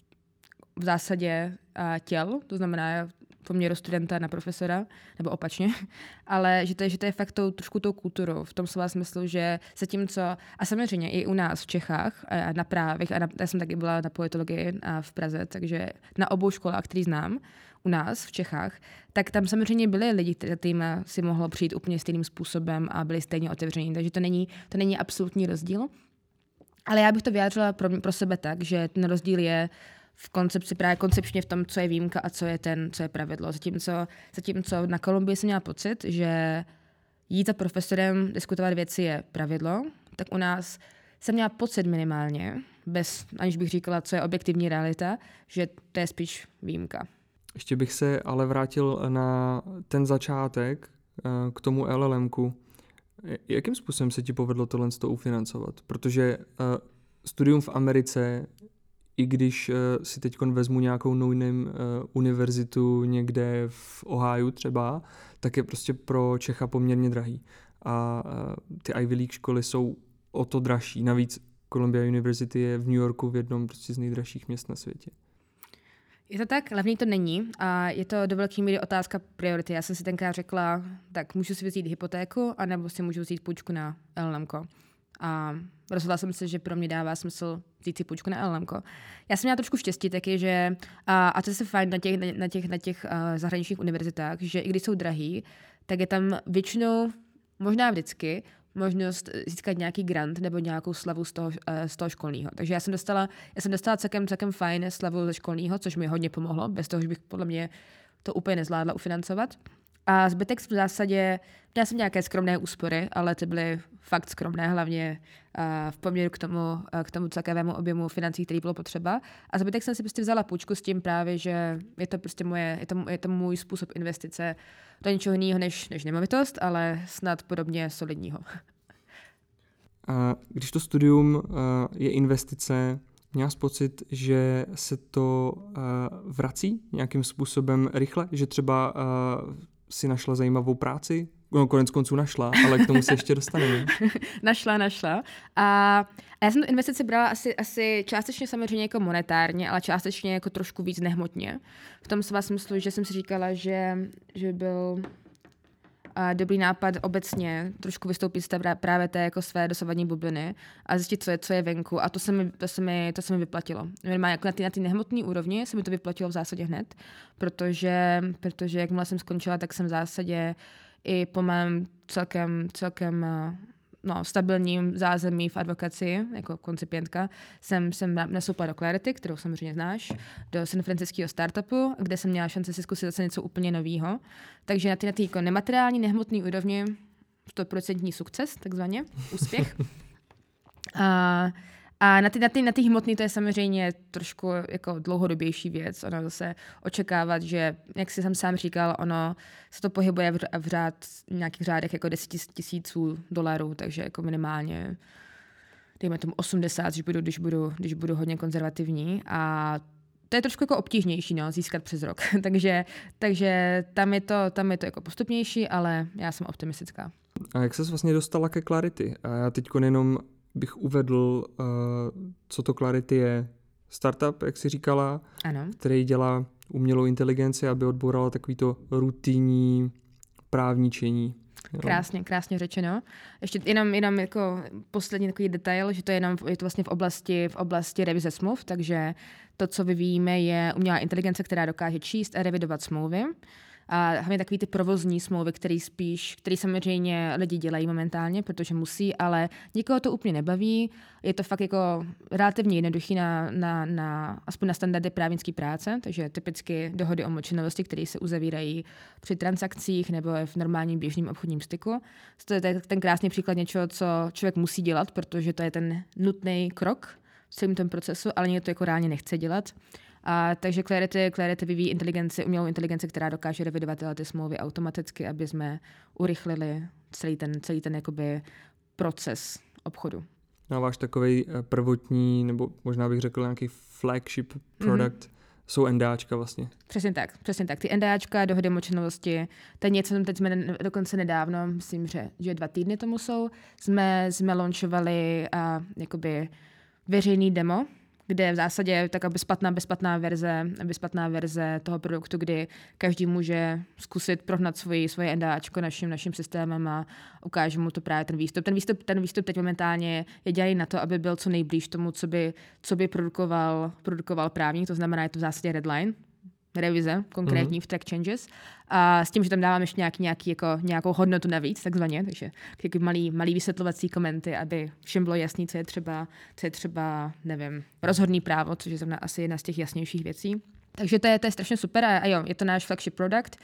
v zásadě a těl, to znamená poměru studenta na profesora, nebo opačně, ale že to je, že to je fakt tou, trošku tou kulturou, v tom slova smyslu, že se tím, co, a samozřejmě i u nás v Čechách, a na právech, a na, já jsem taky byla na politologii a v Praze, takže na obou školách, který znám, u nás v Čechách, tak tam samozřejmě byli lidi, kterým si mohlo přijít úplně stejným způsobem a byli stejně otevření, takže to není, to není absolutní rozdíl. Ale já bych to vyjádřila pro, pro sebe tak, že ten rozdíl je v koncepci, právě koncepčně v tom, co je výjimka a co je ten, co je pravidlo. Zatímco, zatímco na Kolumbii jsem měla pocit, že jít za profesorem, diskutovat věci je pravidlo, tak u nás jsem měla pocit minimálně, bez, aniž bych říkala, co je objektivní realita, že to je spíš výjimka. Ještě bych se ale vrátil na ten začátek, k tomu L L M ku. Jakým způsobem se ti povedlo tohle ufinancovat? Protože studium v Americe i když uh, si teď vezmu nějakou no-name uh, univerzitu někde v Ohiu třeba, tak je prostě pro Čecha poměrně drahý. A uh, ty Ivy League školy jsou o to dražší. Navíc Columbia University je v New Yorku v jednom prostě z nejdražších měst na světě. Je to tak, levný to není a je to do velké míry otázka priority. Já jsem si tenkrát řekla, tak můžu si vzít hypotéku, anebo si můžu vzít půjčku na L L M ko. A rozhodla jsem se, že pro mě dává smysl vzít si půjčku na L L M ko. Já jsem měla trošku štěstí taky, že, a, a to se fajn na těch, na těch, na těch uh, zahraničních univerzitách, že i když jsou drahý, tak je tam většinou, možná vždycky, možnost získat nějaký grant nebo nějakou slavu z toho, z toho školního. Takže já jsem dostala, já jsem dostala celkem, celkem fajn slavu ze školního, což mi hodně pomohlo, bez toho, že bych podle mě to úplně nezvládla ufinancovat. A zbytek v zásadě, měla jsem nějaké skromné úspory, ale ty byly fakt skromné, hlavně uh, v poměru k tomu, uh, k tomu celkovému objemu financí, který bylo potřeba. A zbytek jsem si prostě vzala půjčku s tím právě, že je to prostě moje, je to, je to můj způsob investice do něčeho jiného než, než nemovitost, ale snad podobně solidního. A když to studium uh, je investice, měla jsi pocit, že se to uh, vrací nějakým způsobem rychle? Že třeba uh, si našla zajímavou práci? No, konec konců našla, ale k tomu se ještě dostaneme. našla, našla. A, a já jsem tu investici brala asi, asi částečně samozřejmě jako monetárně, ale částečně jako trošku víc nehmotně. V tom svá smyslu, že jsem si říkala, že, že byl a dobrý nápad obecně trošku vystoupit z té právě té jako své dosavadní bubliny a zjistit, co je, co je venku. A to se mi, to se mi, to se mi vyplatilo. Jako na ty, na ty nehmotné úrovni se mi to vyplatilo v zásadě hned, protože, protože jakmile jsem skončila, tak jsem v zásadě i po mém celkem, celkem no, stabilním zázemí v advokaci, jako koncipientka, jsem, jsem nastoupila do Clarity, kterou samozřejmě znáš, do San Francisco startupu, kde jsem měla šanci si zkusit zase něco úplně nového. Takže na ty, na ty jako nemateriální, nehmotné úrovni sto procent sukces, takzvaně, úspěch. A, a na ty, na ty, na ty hmotný to je samozřejmě trošku jako dlouhodobější věc. Ono zase očekávat, že, jak jsi sam sám říkal, ono se to pohybuje v, v řád, nějakých řádech jako deset tisíců dolarů, takže jako minimálně dejme tomu osmdesát, když budu, když budu, když budu hodně konzervativní. A to je trošku jako obtížnější, no, získat přes rok. takže takže tam, je to, tam je to jako postupnější, ale já jsem optimistická. A jak ses vlastně dostala ke Clarity? A já teď jenom bych uvedl, uh, co to Clarity je. Startup, jak jsi říkala, ano. Který dělá umělou inteligenci, aby odbourala takovýto rutinní právničení. Jo. Krásně, krásně řečeno. Ještě jenom, jenom jako poslední takový detail, že to je, jenom, je to vlastně v oblasti, v oblasti revize smluv, takže to, co vyvíjíme, je umělá inteligence, která dokáže číst a revidovat smlouvy. A hlavně takový ty provozní smlouvy, který spíš, který samozřejmě lidi dělají momentálně, protože musí, ale nikoho to úplně nebaví. Je to fakt jako relativně jednoduchý na, na, na aspoň na standardy právnické práce, takže typicky dohody o mlčenlivosti, které se uzavírají při transakcích nebo v normálním běžném obchodním styku. To je ten krásný příklad něčeho, co člověk musí dělat, protože to je ten nutný krok v celém tom procesu, ale někdo to jako reálně nechce dělat. A takže Clarity, Clarity vyvíjí inteligenci, umělou inteligenci, která dokáže revidovat ty smlouvy automaticky, aby jsme urychlili celý ten, celý ten jakoby proces obchodu. A váš takovej prvotní, nebo možná bych řekl nějaký flagship product, mm-hmm. jsou NDAčka vlastně. Přesně tak, přesně tak. Ty NDAčka, dohody o mlčenlivosti, to je něco, teď jsme dokonce nedávno, myslím, že, že dva týdny tomu jsou, jsme, jsme launchovali a, jakoby veřejný demo, kde v zásadě taková bezplatná, bezplatná verze, bezplatná verze toho produktu, kdy každý může zkusit prohnat svoji, svoje NDAčko naším, naším systémem a ukáže mu to právě ten výstup. Ten výstup, ten výstup teď momentálně je dělaný na to, aby byl co nejblíž tomu, co by, co by produkoval, produkoval právník, to znamená, je to v zásadě redline, revize konkrétní mm-hmm. v track changes a s tím, že tam dáváme ještě nějaký, nějaký, jako, nějakou hodnotu navíc, takzvaně, takže taky malý, malý vysvětlovací komenty, aby všem bylo jasný, co je třeba, co je třeba, nevím, rozhodný právo, což je zrovna asi jedna z těch jasnějších věcí. Takže to je, to je strašně super a, a jo, je to náš flagship product.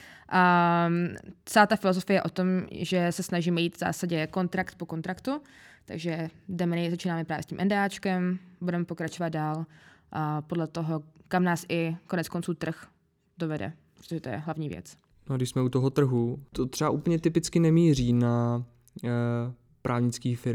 A celá ta filozofie je o tom, že se snažíme jít v zásadě kontrakt po kontraktu, takže jdeme, začínáme právě s tím NDAčkem, budeme pokračovat dál a podle toho, kam nás i konec konců trh dovede, protože to je hlavní věc. No, když jsme u toho trhu, to třeba úplně typicky nemíří na e, právnické firmy.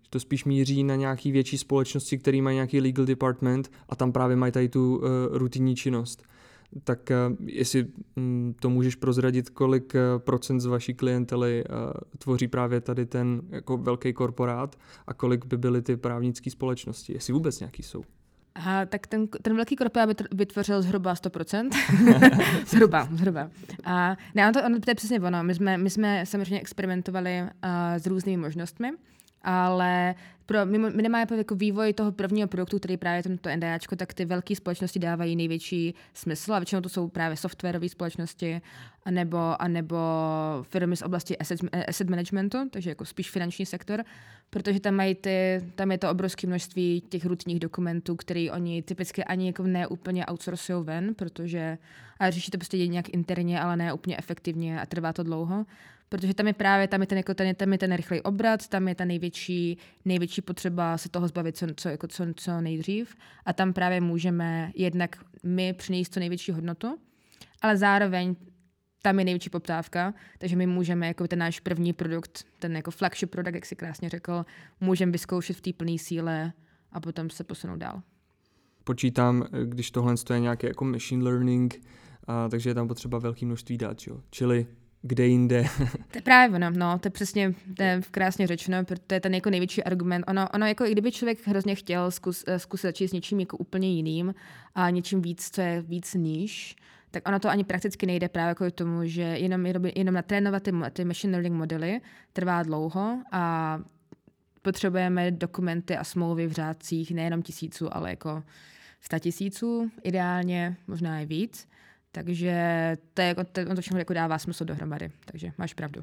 To spíš míří na nějaký větší společnosti, které mají nějaký legal department a tam právě mají tady tu uh, rutinní činnost. Tak uh, jestli um, to můžeš prozradit, kolik uh, procent z vaší klientely uh, tvoří právě tady ten jako velký korporát a kolik by byly ty právnické společnosti, jestli vůbec nějaký jsou. Aha, tak ten, ten velký korporát vytvořil zhruba sto procent. zhruba, zhruba. A ne, ono to, ono, to je přesně ono. My jsme, my jsme samozřejmě experimentovali uh, s různými možnostmi, ale pro minimálně jako vývoj toho prvního produktu, který právě tento NDAčko, tak ty velké společnosti dávají největší smysl a většinou to jsou právě softwarové společnosti anebo, anebo firmy z oblasti asset, asset managementu, takže jako spíš finanční sektor, protože tam, mají ty, tam je to obrovské množství těch rutinních dokumentů, které oni typicky ani jako ne úplně outsourcují ven, protože a řeší to prostě nějak interně, ale ne úplně efektivně a trvá to dlouho. Protože tam je právě tam je ten, jako ten, tam je ten rychlej obrat, tam je ta největší, největší potřeba se toho zbavit co, co, jako co, co nejdřív. A tam právě můžeme jednak my přinést co největší hodnotu, ale zároveň tam je největší poptávka, takže my můžeme jako ten náš první produkt, ten jako flagship produkt, jak si krásně řekl, můžeme vyzkoušet v té plné síle a potom se posunout dál. Počítám, když tohle je nějaký jako machine learning, a, takže je tam potřeba velké množství dat, jo? Čili kde jinde. To je právě ono, no, to je přesně to je krásně řečeno, protože to je ten jako největší argument. Ono, ono jako i kdyby člověk hrozně chtěl zkus, zkusit začít s něčím jako úplně jiným a něčím víc, co je víc níž, tak ono to ani prakticky nejde právě jako tomu, že jenom, jenom natrénovat ty, ty machine learning modely trvá dlouho a potřebujeme dokumenty a smlouvy v řádcích nejenom tisíců, ale jako sta tisíců, ideálně možná i víc. Takže to, je, to, to všechno jako dává smysl dohromady, takže máš pravdu.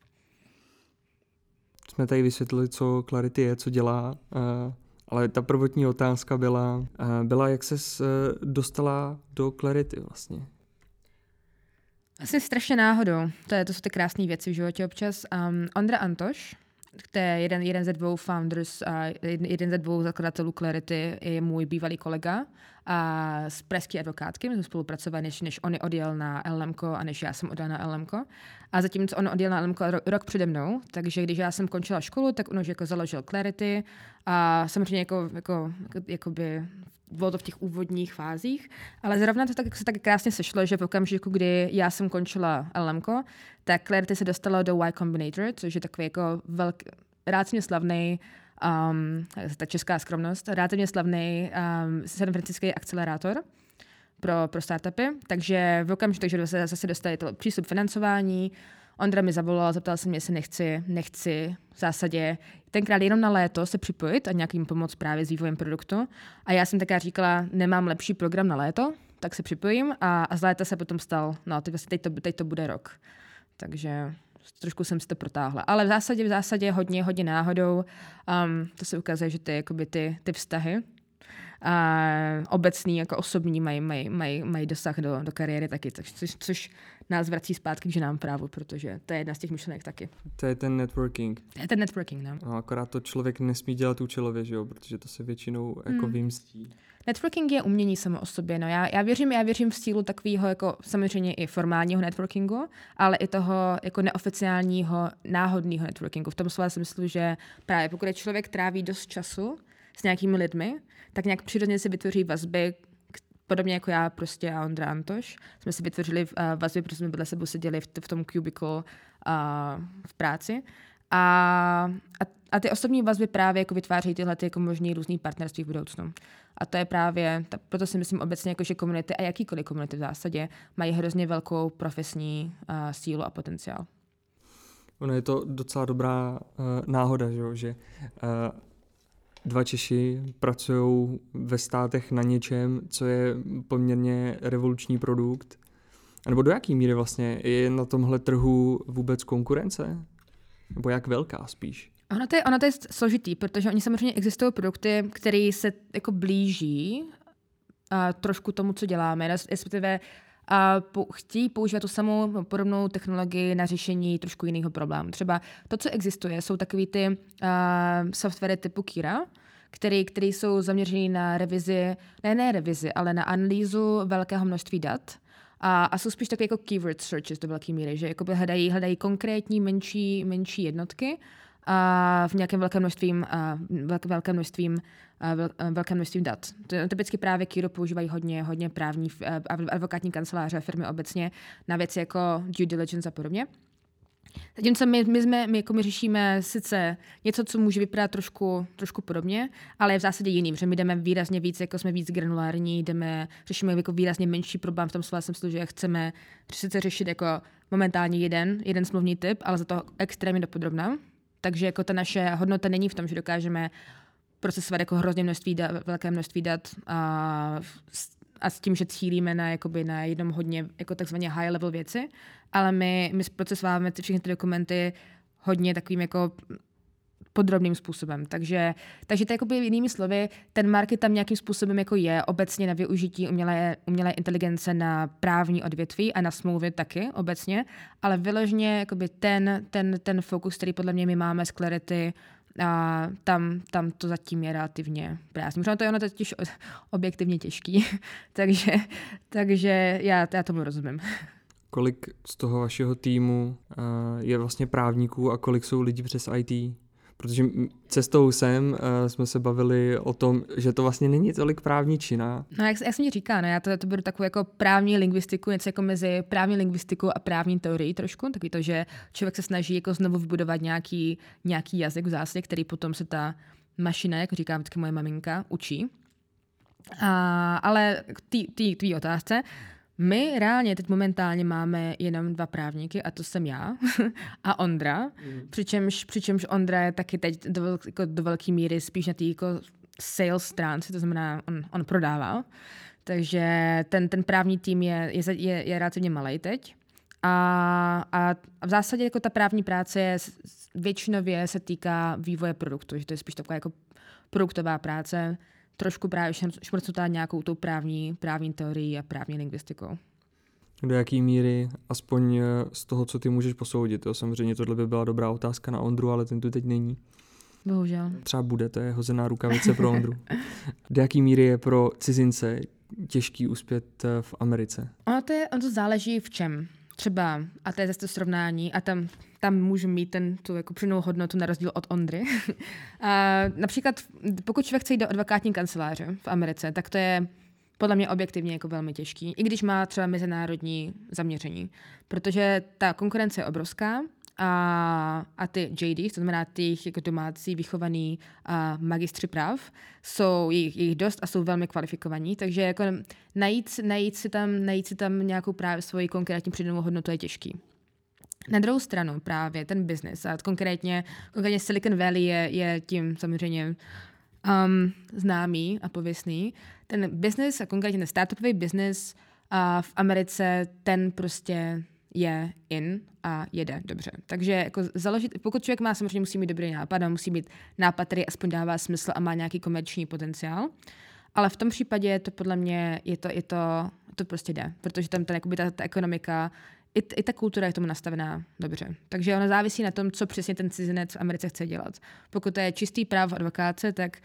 Jsme tady vysvětlili, co Clarity je, co dělá, uh, ale ta prvotní otázka byla, uh, byla jak ses uh, dostala do Clarity vlastně? Asi strašně náhodou. To, je, to jsou ty krásné věci v životě občas. Um, Ondra Antoš, to je jeden, jeden ze dvou founders a jeden ze dvou zakladatelů Clarity, je můj bývalý kolega a z pražské advokátky. My jsme spolupracovali, než, než on odjel na L M ko a než já jsem odjel na L M ko. A zatímco on odjel na L M ko rok přede mnou, takže když já jsem končila školu, tak on už jako založil Clarity a samozřejmě jako, jako, jako, jako by bylo to v těch úvodních fázích, ale zrovna to tak, se tak krásně sešlo, že v okamžiku, kdy já jsem končila L M ko, tak Clarity se dostala do Y Combinator, což je takový jako velký, relativně slavný, um, ta česká skromnost, relativně slavný um, San Francisco akcelerátor pro, pro startupy, takže v okamžiku, takže se zase dostali to přístup financování. Ondra mi zavolal, zeptal se mě, jestli nechci, nechci v zásadě tenkrát jenom na léto se připojit a nějakým pomoct právě s vývojem produktu. A já jsem taká říkala, nemám lepší program na léto, tak se připojím a, a z léta se potom stal, no teď, teď, to, teď to bude rok. Takže trošku jsem si to protáhla. Ale v zásadě, v zásadě hodně, hodně náhodou. Um, to se ukazuje, že ty, jakoby ty, ty vztahy a obecný, jako osobní mají, mají, mají, mají dosah do, do kariéry taky, což, což nás vrací zpátky k ženám právu, protože to je jedna z těch myšlenek taky. To je ten networking. To je ten networking, no. No, akorát to člověk nesmí dělat účelově, že jo, protože to se většinou jako hmm. vymstí. Networking je umění samo o sobě, no. Já, já věřím, já věřím v sílu takového jako samozřejmě i formálního networkingu, ale i toho jako neoficiálního, náhodného networkingu. V tom slova si myslím, že právě pokud člověk tráví dost času s nějakými lidmi, tak nějak přirozeně si vytvoří vazby, podobně jako já prostě a Ondra Antoš. Jsme si vytvořili uh, vazby, protože jsme vedle sebou seděli v, t- v tom cubicle uh, v práci. A, a, a ty osobní vazby právě jako vytvářejí tyhle ty jako možný různý partnerství v budoucnu. A to je právě, ta, proto si myslím obecně, jako, že komunity a jakýkoliv komunity v zásadě mají hrozně velkou profesní uh, sílu a potenciál. Ono je to docela dobrá uh, náhoda, že, že uh, dva Češi pracují ve státech na něčem, co je poměrně revoluční produkt. A nebo do jaký míry vlastně je na tomhle trhu vůbec konkurence? Nebo jak velká spíš? Ono to je, ono to je složitý, protože oni samozřejmě existují produkty, které se jako blíží a trošku tomu, co děláme. Respektive a po, chtějí používat tu samou podobnou technologii na řešení trošku jiného problému. Třeba to, co existuje, jsou takový ty uh, softwary typu Kira, který, který jsou zaměřený na revizi, ne, ne revizi, ale na analýzu velkého množství dat. A, a jsou spíš takové jako keyword searches do velké míry, že hledají, hledají konkrétní menší, menší jednotky a v nějakém velkém množstvím, velké, velké množstvím, velké množstvím dat. Typicky právě Kiro používají hodně, hodně právní advokátní kanceláře, firmy obecně na věci jako due diligence a podobně. Zatímco my, my, jsme, my, jako my řešíme sice něco, co může vypadat trošku, trošku podobně, ale je v zásadě jiný, protože my jdeme výrazně víc, jako jsme víc granulární, jdeme, řešíme jako výrazně menší problém v tom slova smyslu, že chceme sice řešit jako momentálně jeden, jeden smluvní typ, ale za to extrémně dopodrobna. Takže jako ta naše hodnota není v tom, že dokážeme procesovat jako hrozně množství dat, velké množství dat a a s tím, že cílíme na, jakoby, na jednom hodně jako takzvaně high level věci, ale my, my zprocesováváme ty všechny ty dokumenty hodně takovým jako podrobným způsobem. Takže, takže to jakoby jinými slovy, ten market tam nějakým způsobem jako je obecně na využití umělé, umělé inteligence na právní odvětví a na smlouvy taky obecně, ale vyloženě jakoby ten, ten, ten fokus, který podle mě my máme z Clarity, a tam, tam to zatím je relativně prázdný. Možná to je ono totiž objektivně těžký, takže, takže já, já tomu rozumím. Kolik z toho vašeho týmu uh, je vlastně právníků a kolik jsou lidi přes í té? Protože cestou sem uh, jsme se bavili o tom, že to vlastně není tolik právničina. No jak, jak jsem ti říkala, no, já to, to beru takovou jako právní lingvistiku, něco jako mezi právní lingvistikou a právní teorií trošku, takový to, že člověk se snaží jako znovu vybudovat nějaký, nějaký jazyk v zásadě, který potom se ta mašina, jako říká vždycky moje maminka, učí. A, ale k té tvý otázce, my reálně teď momentálně máme jenom dva právníky a to jsem já a Ondra, mm. přičemž, přičemž Ondra je taky teď do, jako do velké míry spíš na té jako sales stránce, to znamená, on, on prodává, takže ten, ten právní tým je, je, je, je relativně malej teď a, a v zásadě jako ta právní práce je, většinově se týká vývoje produktu, že to je spíš taková jako produktová práce, trošku právě šmrcnutá nějakou tou právní, právní teorií a právní lingvistikou. Do jaký míry, aspoň z toho, co ty můžeš posoudit? Jo? Samozřejmě tohle by byla dobrá otázka na Ondru, ale ten tu teď není. Bohužel. Třeba bude, to je hozená rukavice pro Ondru. Do jaký míry je pro cizince těžký uspět v Americe? Ono to, je, ono to záleží v čem. Třeba, a to je zase to srovnání, a tam, tam můžu mít ten, tu jako přidanou hodnotu na rozdíl od Ondry. A například, pokud člověk chce jít do advokátní kanceláře v Americe, tak to je podle mě objektivně jako velmi těžký, i když má třeba mezinárodní zaměření, protože ta konkurence je obrovská a, a ty J Ds, to znamená ty jako domácí vychovaný a magistři práv, jsou jich, jich dost a jsou velmi kvalifikovaní, takže jako najít, najít, si tam, najít si tam nějakou právě svoji konkrétní přidanou hodnotu je těžký. Na druhou stranu právě ten business a konkrétně, konkrétně Silicon Valley je, je tím samozřejmě um, známý a pověstný. Ten business a konkrétně ten startupový business a v Americe ten prostě je in a jede dobře. Takže jako založit, pokud člověk má, samozřejmě musí mít dobrý nápad a musí mít nápad, který aspoň dává smysl a má nějaký komerční potenciál. Ale v tom případě to podle mě je to, je to, to prostě jde, protože tam ta, jakoby ta, ta ekonomika, i, i ta kultura je tomu nastavená dobře. Takže ono závisí na tom, co přesně ten cizinec v Americe chce dělat. Pokud to je čistý práv advokáce, tak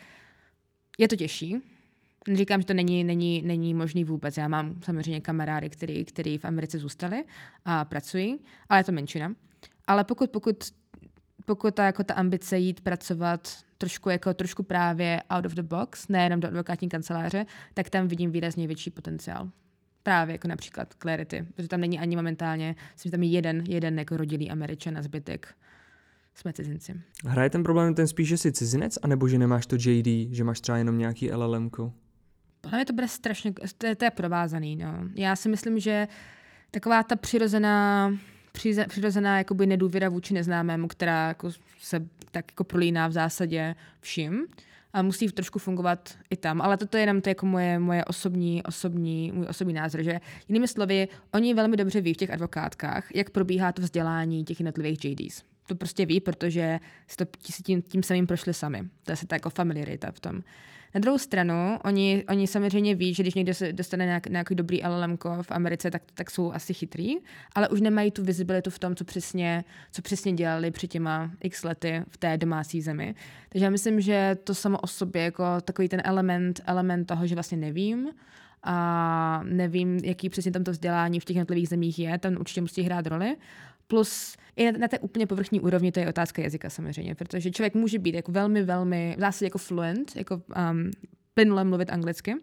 je to těžší. Říkám, že to není, není, není možný vůbec. Já mám samozřejmě kamarády, který, který v Americe zůstali a pracují, ale je to menšina. Ale pokud, pokud, pokud ta, jako ta ambice jít pracovat trošku, jako, trošku právě out of the box, nejenom do advokátní kanceláře, tak tam vidím výrazně větší potenciál. Právě jako například Clarity, protože tam není ani momentálně, myslím, že tam je jeden, jeden jako rodilý Američan a zbytek jsme cizinci. Hraje ten problém ten spíš, že jsi cizinec, anebo že nemáš to J D, že máš třeba jenom nějaký L L M ko? Podle mě to bude strašně, to je, to je provázaný. No. Já si myslím, že taková ta přirozená, přirozená jakoby nedůvěra vůči neznámému, která jako se tak jako prolíná v zásadě vším, a musí trošku fungovat i tam. Ale toto je jenom to jako moje, moje osobní, osobní, můj osobní názor, že jinými slovy, oni velmi dobře ví v těch advokátkách, jak probíhá to vzdělání těch jednotlivých J Ds. To prostě ví, protože si to tím, tím samým prošli sami. To je se ta jako familiarita v tom. Na druhou stranu, oni, oni samozřejmě ví, že když někdo se dostane nějak, nějaký dobrý L L M ko v Americe, tak, tak jsou asi chytrý, ale už nemají tu vizibilitu v tom, co přesně, co přesně dělali před těma x lety v té domácí zemi. Takže já myslím, že to samo o sobě, jako takový ten element, element toho, že vlastně nevím a nevím, jaký přesně tam to vzdělání v těch jednotlivých zemích je, tam určitě musí hrát roli. Plus i na, na té úplně povrchní úrovni to je otázka jazyka samozřejmě, protože člověk může být jako velmi, velmi, v zásadě jako fluent, jako um, plynule mluvit anglicky,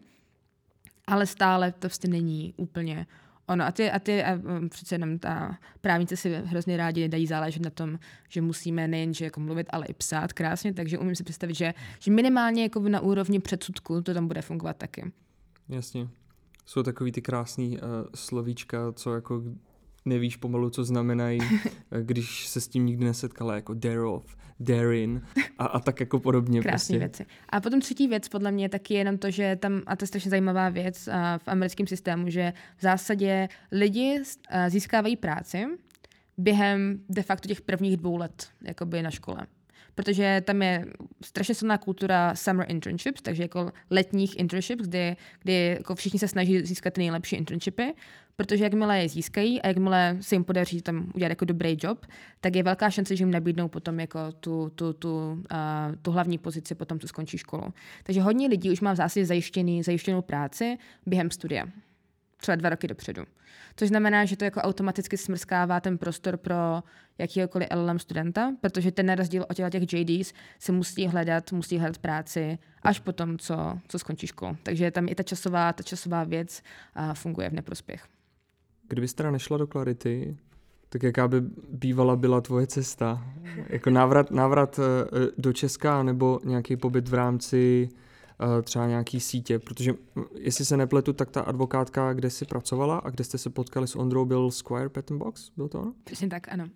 ale stále to prostě není úplně ono. A ty, a ty a přece jenom ta právníci si hrozně rádi dají záležet na tom, že musíme nejenže jako mluvit, ale i psát krásně, takže umím si představit, že, že minimálně jako na úrovni předsudku to tam bude fungovat taky. Jasně. Jsou takový ty krásný uh, slovíčka, co jako nevíš pomalu, co znamenají, když se s tím nikdy nesetkala, jako dare off, dare in a, a tak jako podobně. Krásné prostě. věci. A potom třetí věc podle mě taky je jenom to, že tam, a to je strašně zajímavá věc a v americkém systému, že v zásadě lidi a, získávají práci během de facto těch prvních dvou let jakoby na škole. Protože tam je strašně silná kultura summer internships, takže jako letních internships, kdy, kdy jako všichni se snaží získat ty nejlepší internshipy, protože jakmile je získají a jakmile se jim podaří tam udělat jako dobrý job, tak je velká šance, že jim nabídnou potom jako tu, tu, tu, uh, tu hlavní pozici potom, co skončí školu. Takže hodně lidí už má v zásadě zajištěný, zajištěnou práci během studia. Třeba dva roky dopředu. Což znamená, že to jako automaticky smrskává ten prostor pro jakýkoliv L L M studenta, protože ten na rozdíl od těch J Ds si musí hledat, musí hledat práci až potom, co, co skončí školu. Takže tam i ta časová, ta časová věc uh, funguje v neprospěch. Kdybys teda nešla do Clarity, tak jaká by bývala byla tvoje cesta? Jako návrat, návrat do Česka nebo nějaký pobyt v rámci třeba nějaký sítě? Protože jestli se nepletu, tak ta advokátka, kde jsi pracovala a kde jste se potkali s Ondrou, byl Squire Patent Box? Byl to ono? Přesně tak, ano.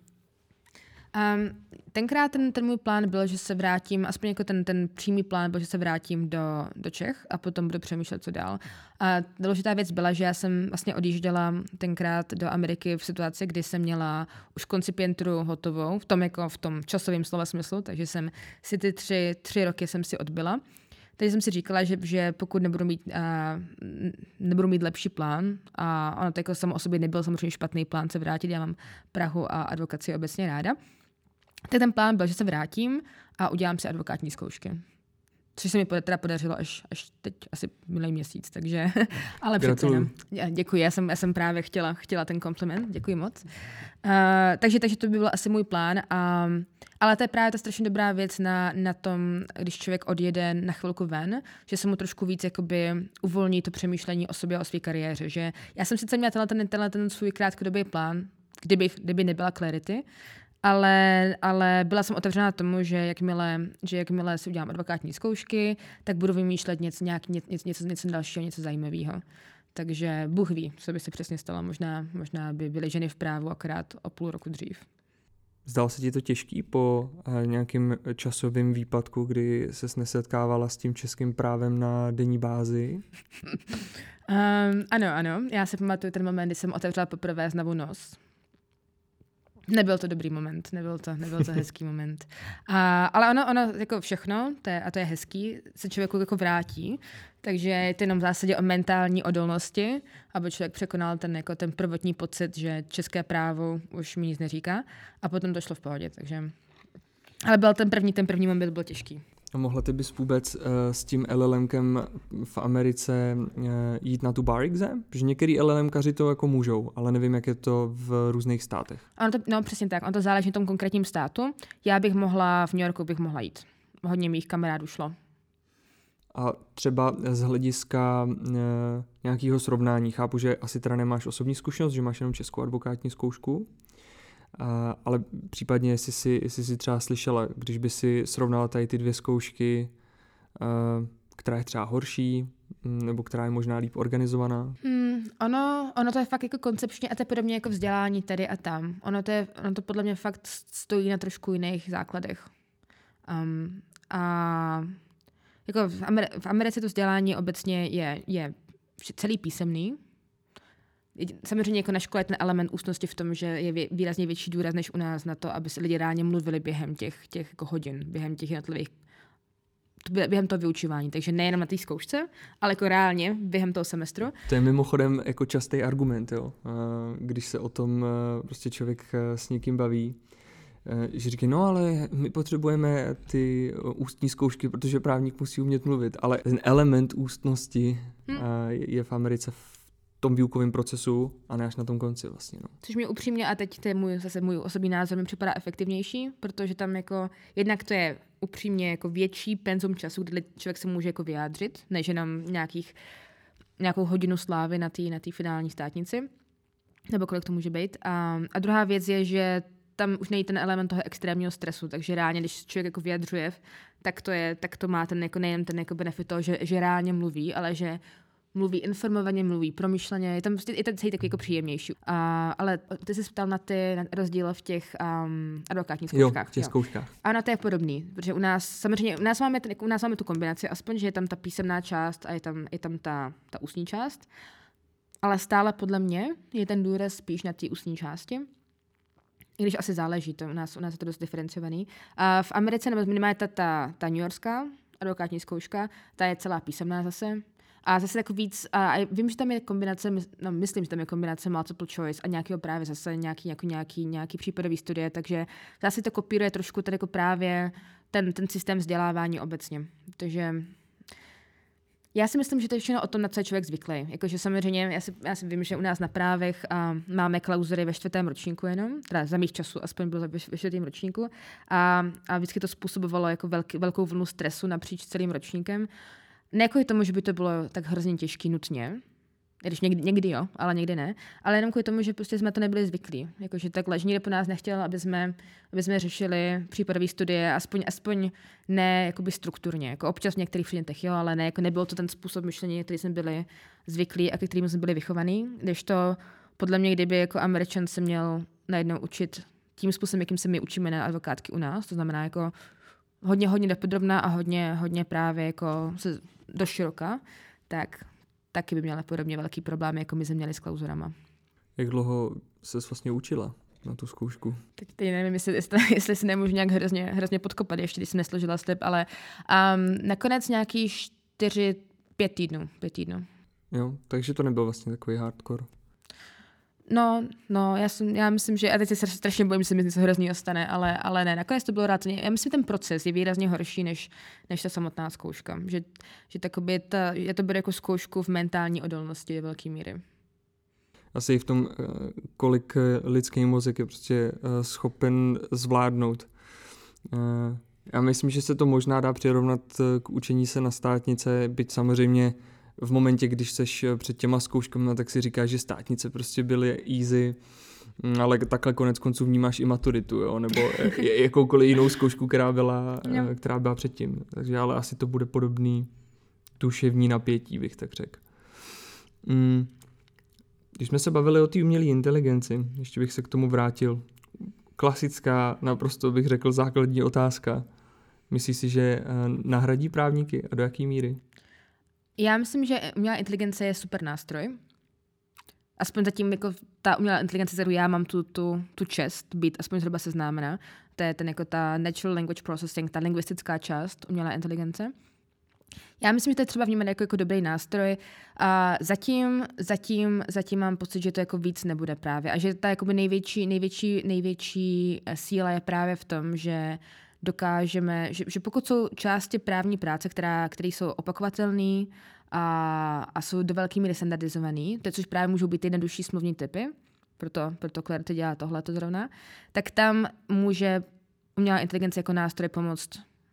Um, tenkrát ten, ten můj plán byl, že se vrátím, aspoň jako ten, ten přímý plán byl, že se vrátím do, do Čech a potom budu přemýšlet, co dál. A důležitá věc byla, že já jsem vlastně odjížděla tenkrát do Ameriky v situaci, kdy jsem měla už koncipienturu hotovou, v tom jako v tom časovém slova smyslu, takže jsem si ty tři, tři roky jsem si odbyla. Takže jsem si říkala, že, že pokud nebudu mít, uh, nebudu mít lepší plán, a ono to jako samo o sobě nebyl samozřejmě špatný plán se vrátit, já mám Prahu a advokaci obecně ráda, tak ten plán byl, že se vrátím a udělám si advokátní zkoušky. Což se mi teda podařilo až, až teď asi minulý měsíc, takže ale přece jenom. Děkuji, já jsem, já jsem právě chtěla, chtěla ten kompliment, děkuji moc. Uh, takže, takže to by byl asi můj plán, a, ale to je právě ta strašně dobrá věc na, na tom, když člověk odjede na chvilku ven, že se mu trošku víc jakoby uvolní to přemýšlení o sobě a o své kariéře. Že já jsem sice měla tenhle ten, tenhle ten svůj krátkodobý plán, kdyby, kdyby nebyla Clarity, Ale, ale byla jsem otevřená tomu, že jakmile, že jakmile si udělám advokátní zkoušky, tak budu vymýšlet něco, nějak, něco, něco, něco dalšího, něco zajímavého. Takže Bůh ví, co by se přesně stalo. Možná, možná by byly ženy v právu akorát o půl roku dřív. Zdal se ti to těžký po uh, nějakým časovém výpadku, kdy ses nesetkávala s tím českým právem na denní bázi? um, ano, ano. Já si pamatuju ten moment, kdy jsem otevřela poprvé znovu nos. Nebyl to dobrý moment, nebyl to, nebyl to hezký moment. A, ale ono, ono jako všechno, to je, a to je hezký, se člověku jako vrátí, takže je to jenom v zásadě o mentální odolnosti, aby člověk překonal ten, jako ten prvotní pocit, že české právo už mi nic neříká, a potom to šlo v pohodě, takže... Ale byl ten první, ten první moment byl těžký. A mohla ty bys vůbec uh, s tím LLMkem v Americe uh, jít na tu bar exam? Protože některý LLMkaři to jako můžou, ale nevím, jak je to v různých státech. Ano, to, no přesně tak, on to záleží na tom konkrétním státu. Já bych mohla, v New Yorku bych mohla jít. Hodně mých kamarádů šlo. A třeba z hlediska uh, nějakého srovnání, chápu, že asi teda nemáš osobní zkušenost, že máš jenom českou advokátní zkoušku, Uh, ale případně, jestli si, jestli si třeba slyšela, když by si srovnala tady ty dvě zkoušky, uh, která je třeba horší, nebo která je možná líp organizovaná? Hmm, ono, ono to je fakt jako koncepčně a to je podobně jako vzdělání tady a tam. Ono to, je, ono to podle mě fakt stojí na trošku jiných základech. Um, a jako v, Amer- v Americe to vzdělání obecně je, je celý písemný. Samozřejmě jako na škole je ten element ústnosti v tom, že je výrazně větší důraz než u nás na to, aby se lidi reálně mluvili během těch, těch jako hodin, během těch jednotlivých, během toho vyučování. Takže nejenom na té zkoušce, ale jako reálně během toho semestru. To je mimochodem jako častý argument, jo? Když se o tom prostě člověk s někým baví, že říká, no ale my potřebujeme ty ústní zkoušky, protože právník musí umět mluvit, ale ten element ústnosti hmm. je v Americe tom výukovém procesu a ne až na tom konci vlastně. No. Což mě upřímně, a teď to je můj, zase můj osobní názor, mi připadá efektivnější, protože tam jako, jednak to je upřímně jako větší penzum času, kdy člověk se může jako vyjádřit, než jenom nějakých, nějakou hodinu slávy na té na té finální státnici, nebo kolik to může být. A, a druhá věc je, že tam už není ten element toho extrémního stresu, takže reálně, když člověk jako vyjadřuje, tak to, je, tak to má ten jako nejen ten jako benefit toho, že, že reálně mluví, ale že mluví informovaně, mluví promyšleně, je tam je ten celý takový jako příjemnější. A, ale ty jsi ptal na ty na rozdíly v těch um, advokátních zkouškách. Jo, v těch zkouškách. Ano, to je podobný, protože u nás samozřejmě, u nás máme, ten, u nás máme tu kombinaci, aspoň, že je tam ta písemná část a je tam, je tam ta, ta ústní část, ale stále podle mě je ten důraz spíš na té ústní části. I když asi záleží, to u nás, u nás je to dost diferenciovaný. A v Americe, nebo minimálně ta, ta, ta newyorská advokátní zkouška, ta je celá písemná zase. A zase jako víc, a vím, že tam je kombinace, no myslím, že tam je kombinace multiple choice a nějakého právě zase nějaký, jako nějaký, nějaký případový studie, takže zase to kopíruje trošku tady jako právě ten, ten systém vzdělávání obecně. Takže já si myslím, že to je všechno o tom, na co je člověk zvyklý. Jakože samozřejmě, já si, já si vím, že u nás na právech a máme klauzury ve čtvrtém ročníku jenom, teda za mých časů aspoň bylo ve čtvrtém ročníku a, a vždycky to způsobovalo jako velký, velkou vlnu stresu napříč celým ročníkem. Ne kvůli tomu, že by to bylo tak hrozně těžký nutně, když někdy, někdy jo, ale někdy ne, ale jenom kvůli tomu, že prostě jsme to nebyli zvyklí. Jakože takhle, že nikdo po nás nechtěl, aby jsme, aby jsme řešili případové studie, aspoň, aspoň ne jakoby strukturně. Jako občas v některých předmětech, jo, ale ne, jako nebylo to ten způsob myšlení, který jsme byli zvyklí a ke kterým jsme byli vychovaní. Když to podle mě, kdyby jako Američan se měl najednou učit tím způsobem, jakým se my učíme na advokátky u nás, to znamená jako hodně, hodně dopodrobná a hodně, hodně právě jako se do široka, tak taky by měla podobně velký problém, jako my jsme měli s klauzurama. Jak dlouho ses vlastně učila na tu zkoušku? Tak teď nevím, jestli, jestli, jestli si nemůžu nějak hrozně, hrozně podkopat, ještě když jsem nesložila slib, ale um, nakonec nějaký čtyři, pět týdnů. Pět týdnů. Jo, takže to nebyl vlastně takový hardcore. No, no, já, jsem, já myslím, že, a teď se strašně bojím, že se mi něco hroznýho stane, ale, ale ne, nakonec to bylo rád. Já myslím, že ten proces je výrazně horší, než, než ta samotná zkouška. Že, že takoby ta, já to beru jako zkoušku v mentální odolnosti do velké míry. Asi i v tom, kolik lidský mozek je prostě schopen zvládnout. Já myslím, že se to možná dá přirovnat k učení se na státnice, byť samozřejmě v momentě, když seš před těma zkouškami, tak si říkáš, že státnice prostě byly easy, ale takhle konec konců vnímáš i maturitu, jo? Nebo jakoukoliv jinou zkoušku, která byla, no. která byla předtím. Takže ale asi to bude podobný duševní napětí, bych tak řekl. Mm. Když jsme se bavili o té umělé inteligenci, ještě bych se k tomu vrátil. Klasická, naprosto bych řekl, základní otázka. Myslíš si, že nahradí právníky a do jaké míry? Já myslím, že umělá inteligence je super nástroj. Aspoň zatím jako ta umělá inteligence, kterou já mám tu, tu, tu čest být aspoň zhruba seznámena. To je ten jako ta natural language processing, ta lingvistická část umělé inteligence. Já myslím, že to je třeba vnímat jako, jako dobrý nástroj a zatím, zatím, zatím mám pocit, že to jako víc nebude právě a že ta jakoby největší, největší, největší síla je právě v tom, že dokážeme, že, že pokud jsou části právní práce, která, které jsou opakovatelné a, a jsou do velké míry standardizované, to což právě můžou být jednodušší smluvní typy, proto, proto Clarity dělá tohleto zrovna, tak tam může umělá inteligence jako nástroj pomoct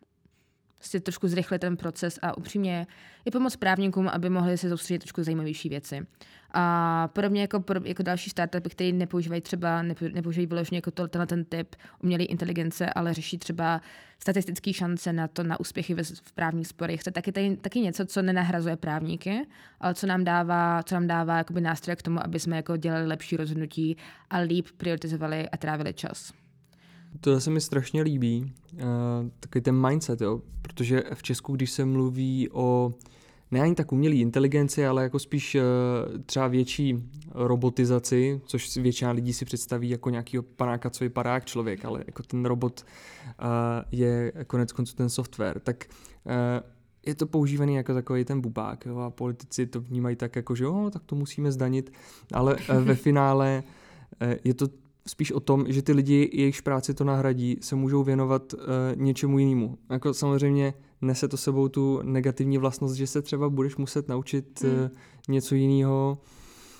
si trošku zrychlit ten proces a upřímně i pomoct právníkům, aby mohli se soustředit trošku zajímavější věci. A podobně jako, jako další startupy, které nepoužívají třeba, nepoužívají vyloženě jako to, tenhle ten typ umělé inteligence, ale řeší třeba statistické šance na to, na úspěchy v, v právních sporech. To je taky, taky, taky něco, co nenahrazuje právníky, ale co nám dává, co nám dává jakoby nástroje k tomu, aby jsme jako dělali lepší rozhodnutí a líp prioritizovali a trávili čas. To se mi strašně líbí, uh, takový ten mindset, jo? Protože v Česku, když se mluví o ne ani tak umělý inteligenci, ale jako spíš uh, třeba větší robotizaci, což většina lidí si představí jako nějakýho panáka, co vypadá jak člověk, ale jako ten robot uh, je konec konců ten software, tak uh, je to používaný jako takový ten bubák, jo? A politici to vnímají tak jako, že jo, tak to musíme zdanit, ale uh, ve finále uh, je to spíš o tom, že ty lidi, jejichž práci to nahradí, se můžou věnovat uh, něčemu jinému. Jako samozřejmě nese to sebou tu negativní vlastnost, že se třeba budeš muset naučit uh, něco jiného,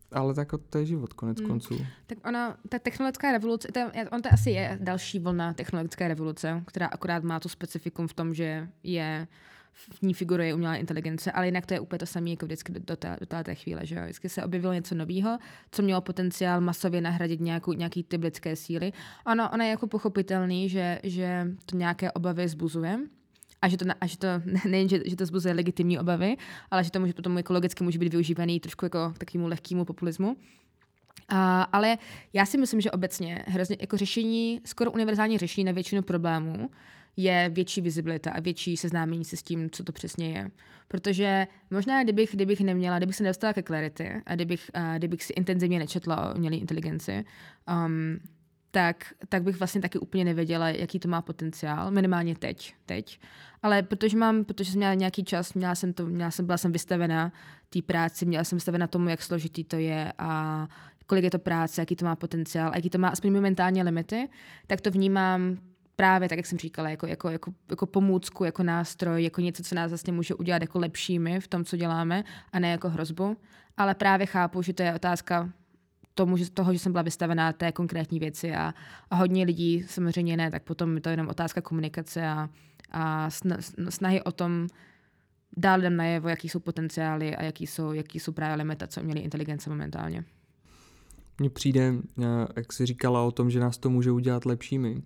Ale tak to je život, konec hmm. konců. Tak ona, ta technologická revoluce, to, on to asi je další vlna technologické revoluce, která akorát má to specifikum v tom, že je v ní figuruje umělá inteligence, ale jinak to je úplně to samé jako vždycky do, do, té, do té chvíle. Že jo? Vždycky se objevilo něco nového, co mělo potenciál masově nahradit nějakou, nějaký typ lidské síly. Ono, ono je jako pochopitelný, že, že to nějaké obavy vzbuzuje. A že to, a že to nejen, že, že to zbuzuje legitimní obavy, ale že to může potom ekologicky může být využívaný trošku jako takovému lehkému populismu. A, ale já si myslím, že obecně hrozně jako řešení, skoro univerzální řešení na většinu problémů je větší vizibilita a větší seznámení se s tím, co to přesně je. Protože možná, kdybych, kdybych neměla, kdybych se nedostala ke clarity a kdybych, a kdybych si intenzivně nečetla o umělé inteligenci, um, tak, tak bych vlastně taky úplně nevěděla, jaký to má potenciál, minimálně teď, teď. Ale protože mám, protože jsem měla nějaký čas, měla jsem to, měla jsem, byla jsem vystavena té práci, měla jsem vystavena tomu, jak složitý to je a kolik je to práce, jaký to má potenciál a jaký to má aspoň momentálně limity, tak to vnímám právě tak, jak jsem říkala, jako, jako, jako, jako pomůcku, jako nástroj, jako něco, co nás vlastně může udělat jako lepšími v tom, co děláme a ne jako hrozbu. Ale právě chápu, že to je otázka tomu, že, toho, že jsem byla vystavená té konkrétní věci a, a hodně lidí samozřejmě ne, tak potom je to jenom otázka komunikace a, a snahy o tom dát lidem najevo, jaký jsou potenciály a jaký jsou, jaký jsou právě limitace umělé inteligence momentálně. Mně přijde, jak jsi říkala o tom, že nás to může udělat lepšími,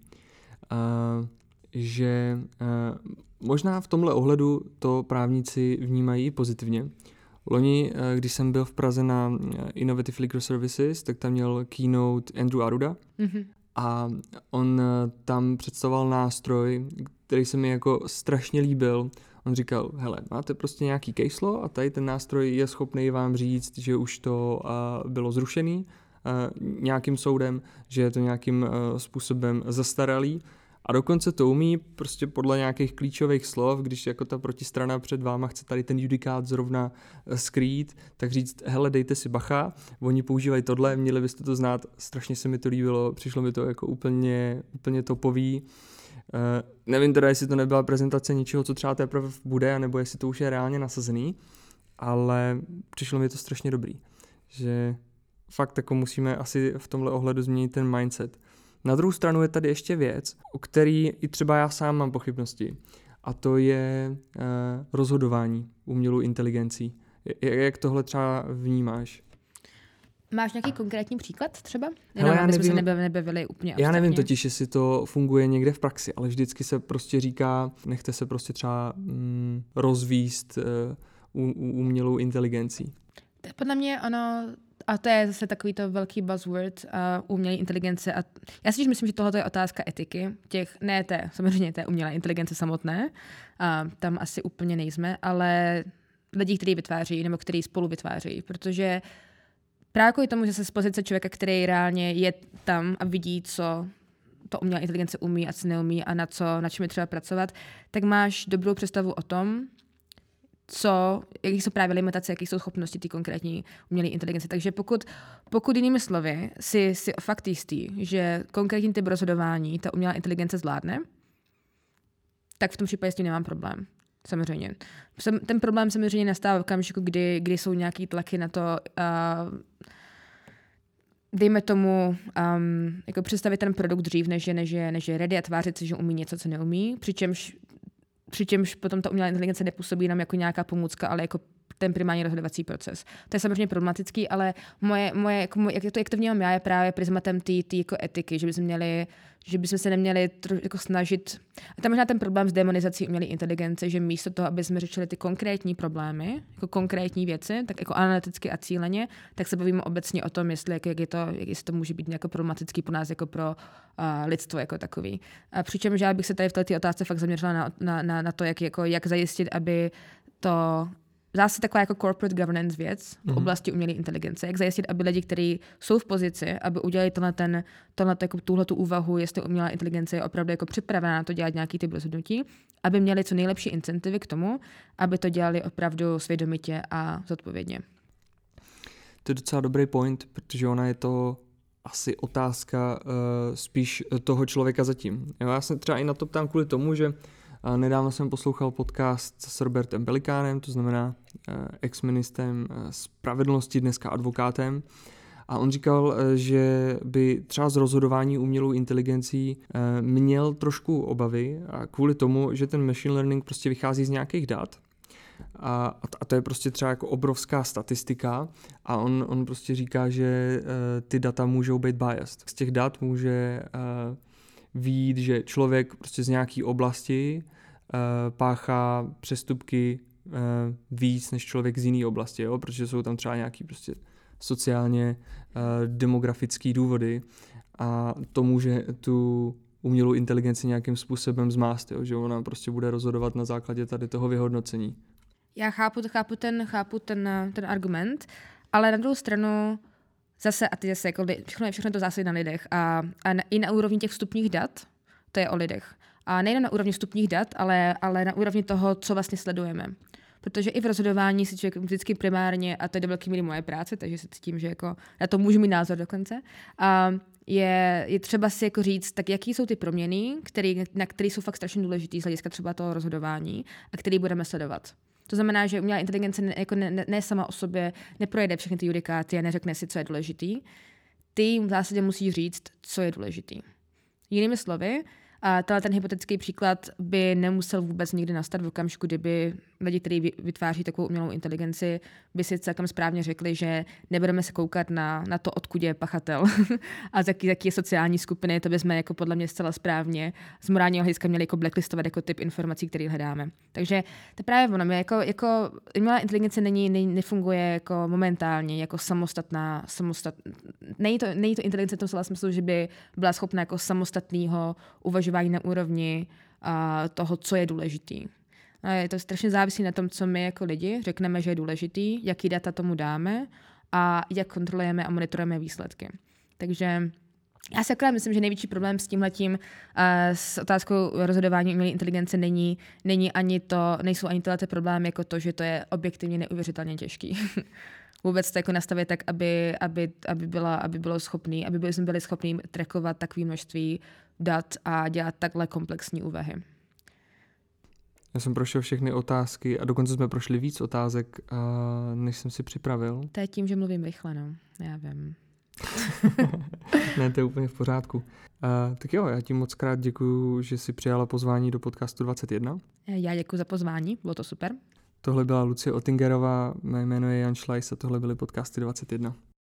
že možná v tomhle ohledu to právníci vnímají pozitivně. Loni, když jsem byl v Praze na Innovative Legal Services, tak tam měl keynote Andrew Aruda mm-hmm. a on tam představoval nástroj, který se mi jako strašně líbil. On říkal, hele, máte prostě nějaký case law a tady ten nástroj je schopný vám říct, že už to uh, bylo zrušený uh, nějakým soudem, že je to nějakým uh, způsobem zastaralý. A dokonce to umí prostě podle nějakých klíčových slov, když jako ta protistrana před váma chce tady ten judikát zrovna skrýt, tak říct, hele, dejte si bacha, oni používají tohle, měli byste to znát, strašně se mi to líbilo, přišlo mi to jako úplně, úplně topový. Uh, nevím teda, jestli to nebyla prezentace něčeho, co třeba teprve bude, nebo jestli to už je reálně nasazený, ale přišlo mi to strašně dobrý, že fakt jako musíme asi v tomhle ohledu změnit ten mindset. Na druhou stranu je tady ještě věc, o který i třeba já sám mám pochybnosti, a to je uh, rozhodování umělou inteligencí. J- jak tohle třeba vnímáš? Máš nějaký konkrétní příklad třeba? Hele, Jenom, já aby nevím, jsme se nebavili úplně abstraktně. Já nevím totiž, jestli to funguje někde v praxi, ale vždycky se prostě říká, nechte se prostě třeba mm, rozvíst uh, u, u umělou inteligencí. Podle mě ono, a to je zase takový to velký buzzword uh, umělé inteligence. A já si myslím, že tohle je otázka etiky, těch, ne té, samozřejmě té umělé inteligence samotné, uh, tam asi úplně nejsme, ale lidí, kteří vytváří nebo kteří spolu vytváří, protože právě kvůli tomu, že se z pozice člověka, který reálně je tam a vidí, co to umělá inteligence umí a co neumí a na, co, na čem je třeba pracovat, tak máš dobrou představu o tom, co, jaký jsou právě limitace, jaké jsou schopnosti té konkrétní umělé inteligence. Takže pokud, pokud jinými slovy si, si fakt jistý, že konkrétní typ rozhodování ta umělá inteligence zvládne, tak v tom případě s tím nemám problém. Samozřejmě. Ten problém samozřejmě nastává v okamžiku, kdy, kdy jsou nějaký tlaky na to, uh, dejme tomu, um, jako představit ten produkt dřív, než je, než je, než je ready a tvářit si, že umí něco, co neumí, přičemž, přičemž potom ta umělá inteligence nepůsobí jenom jako nějaká pomůcka, ale jako ten primární rozhodovací proces. To je samozřejmě problematický, ale moje, moje, jako moje, jak, to, jak to vnímám já, je právě prismatem té jako etiky, že bychom měli, že bychom se neměli tro, jako snažit. A tam možná ten problém s demonizací umělé inteligence, že místo toho, aby jsme řešili ty konkrétní problémy, jako konkrétní věci, tak jako analyticky a cíleně, tak se bavíme obecně o tom, jestli, jak, jak je to, jak jestli to může být jako problematický pro nás, jako pro uh, lidstvo jako takový. A přičemž já bych se tady v této otázce fakt zaměřila na, na, na, na to, jak, jako, jak zajistit, aby to zase taková jako corporate governance věc v oblasti umělé inteligence. Jak zajistit, aby lidi, kteří jsou v pozici, aby udělali tenhle ten, tenhle jako tuhletu úvahu, jestli umělá inteligence je opravdu jako připravená na to dělat nějaký typ rozhodnutí, aby měli co nejlepší incentivy k tomu, aby to dělali opravdu svědomitě a zodpovědně. To je docela dobrý point, protože ona je to asi otázka uh, spíš toho člověka zatím. Já se třeba i na to ptám kvůli tomu, že A nedávno jsem poslouchal podcast s Robertem Pelikánem, to znamená ex-ministrem spravedlnosti, dneska advokátem. A on říkal, že by třeba z rozhodování umělou inteligencí měl trošku obavy a kvůli tomu, že ten machine learning prostě vychází z nějakých dat a, a to je prostě třeba jako obrovská statistika a on, on prostě říká, že ty data můžou být biased. Z těch dat může vyjít, že člověk prostě z nějaké oblasti páchá přestupky víc než člověk z jiné oblasti, jo? Protože jsou tam třeba nějaký prostě sociálně uh, demografické důvody a to může tu umělou inteligenci nějakým způsobem zmást, jo? Že ona prostě bude rozhodovat na základě tady toho vyhodnocení. Já chápu, chápu, ten, chápu ten, ten argument, ale na druhou stranu zase, a ty zase jako všechno, všechno je to zásady na lidech a, a na, i na úrovni těch vstupních dat, to je o lidech. A nejen na úrovni vstupních dat, ale, ale na úrovni toho, co vlastně sledujeme. Protože i v rozhodování si člověk vždycky primárně, a to je do velké míry moje práce, takže se cítím, že jako na to můžu mít názor dokonce, a je, je třeba si jako říct, tak jaký jsou ty proměny, který, na které jsou fakt strašně důležitý z hlediska třeba toho rozhodování a který budeme sledovat. To znamená, že umělá inteligence ne, jako ne, ne, ne sama o sobě neprojede všechny ty judikáty a neřekne si, co je důležitý. Ty jim v zásadě musíš říct, co je důležitý. Jinými slovy, a tenhle ten hypotetický příklad by nemusel vůbec nikdy nastat v okamžiku, kdyby lidi, kteří vytváří takovou umělou inteligenci, by si celkem správně řekli, že nebudeme se koukat na, na to, odkud je pachatel a z jaký, jaký je sociální skupiny, to bychom jako podle mě zcela správně z morálního hlediska měli jako blacklistovat jako typ informací, který hledáme. Takže to právě ono, jako, jako umělá inteligence není, ne, nefunguje jako momentálně, jako samostatná, samostatná. Není to, není to inteligence v tom slova smyslu, že by byla schopna jako samostatného uvažování na úrovni uh, toho, co je důležitý. A je to strašně závisí na tom, co my jako lidi řekneme, že je důležitý, jaký data tomu dáme a jak kontrolujeme a monitorujeme výsledky. Takže já si akorát myslím, že největší problém s tímhletím, uh, s otázkou rozhodování umělé inteligence není, není ani to, nejsou ani tyhle problémy jako to, že to je objektivně neuvěřitelně těžký. Vůbec to jako nastavit tak, aby, aby, aby, byla, aby bylo schopný, aby byli, jsme byli schopní trackovat takové množství dat a dělat takhle komplexní úvahy. Já jsem prošel všechny otázky a dokonce jsme prošli víc otázek, než jsem si připravil. To je tím, že mluvím rychle, no. Já vím. Ne, to je úplně v pořádku. Uh, tak jo, já ti moc krát děkuju, že jsi přijala pozvání do podcastu dvacet jedna. Já děkuju za pozvání, bylo to super. Tohle byla Lucie Ottingerová, mé jméno je Jan Šlajs a tohle byly podcasty dvacet jedna.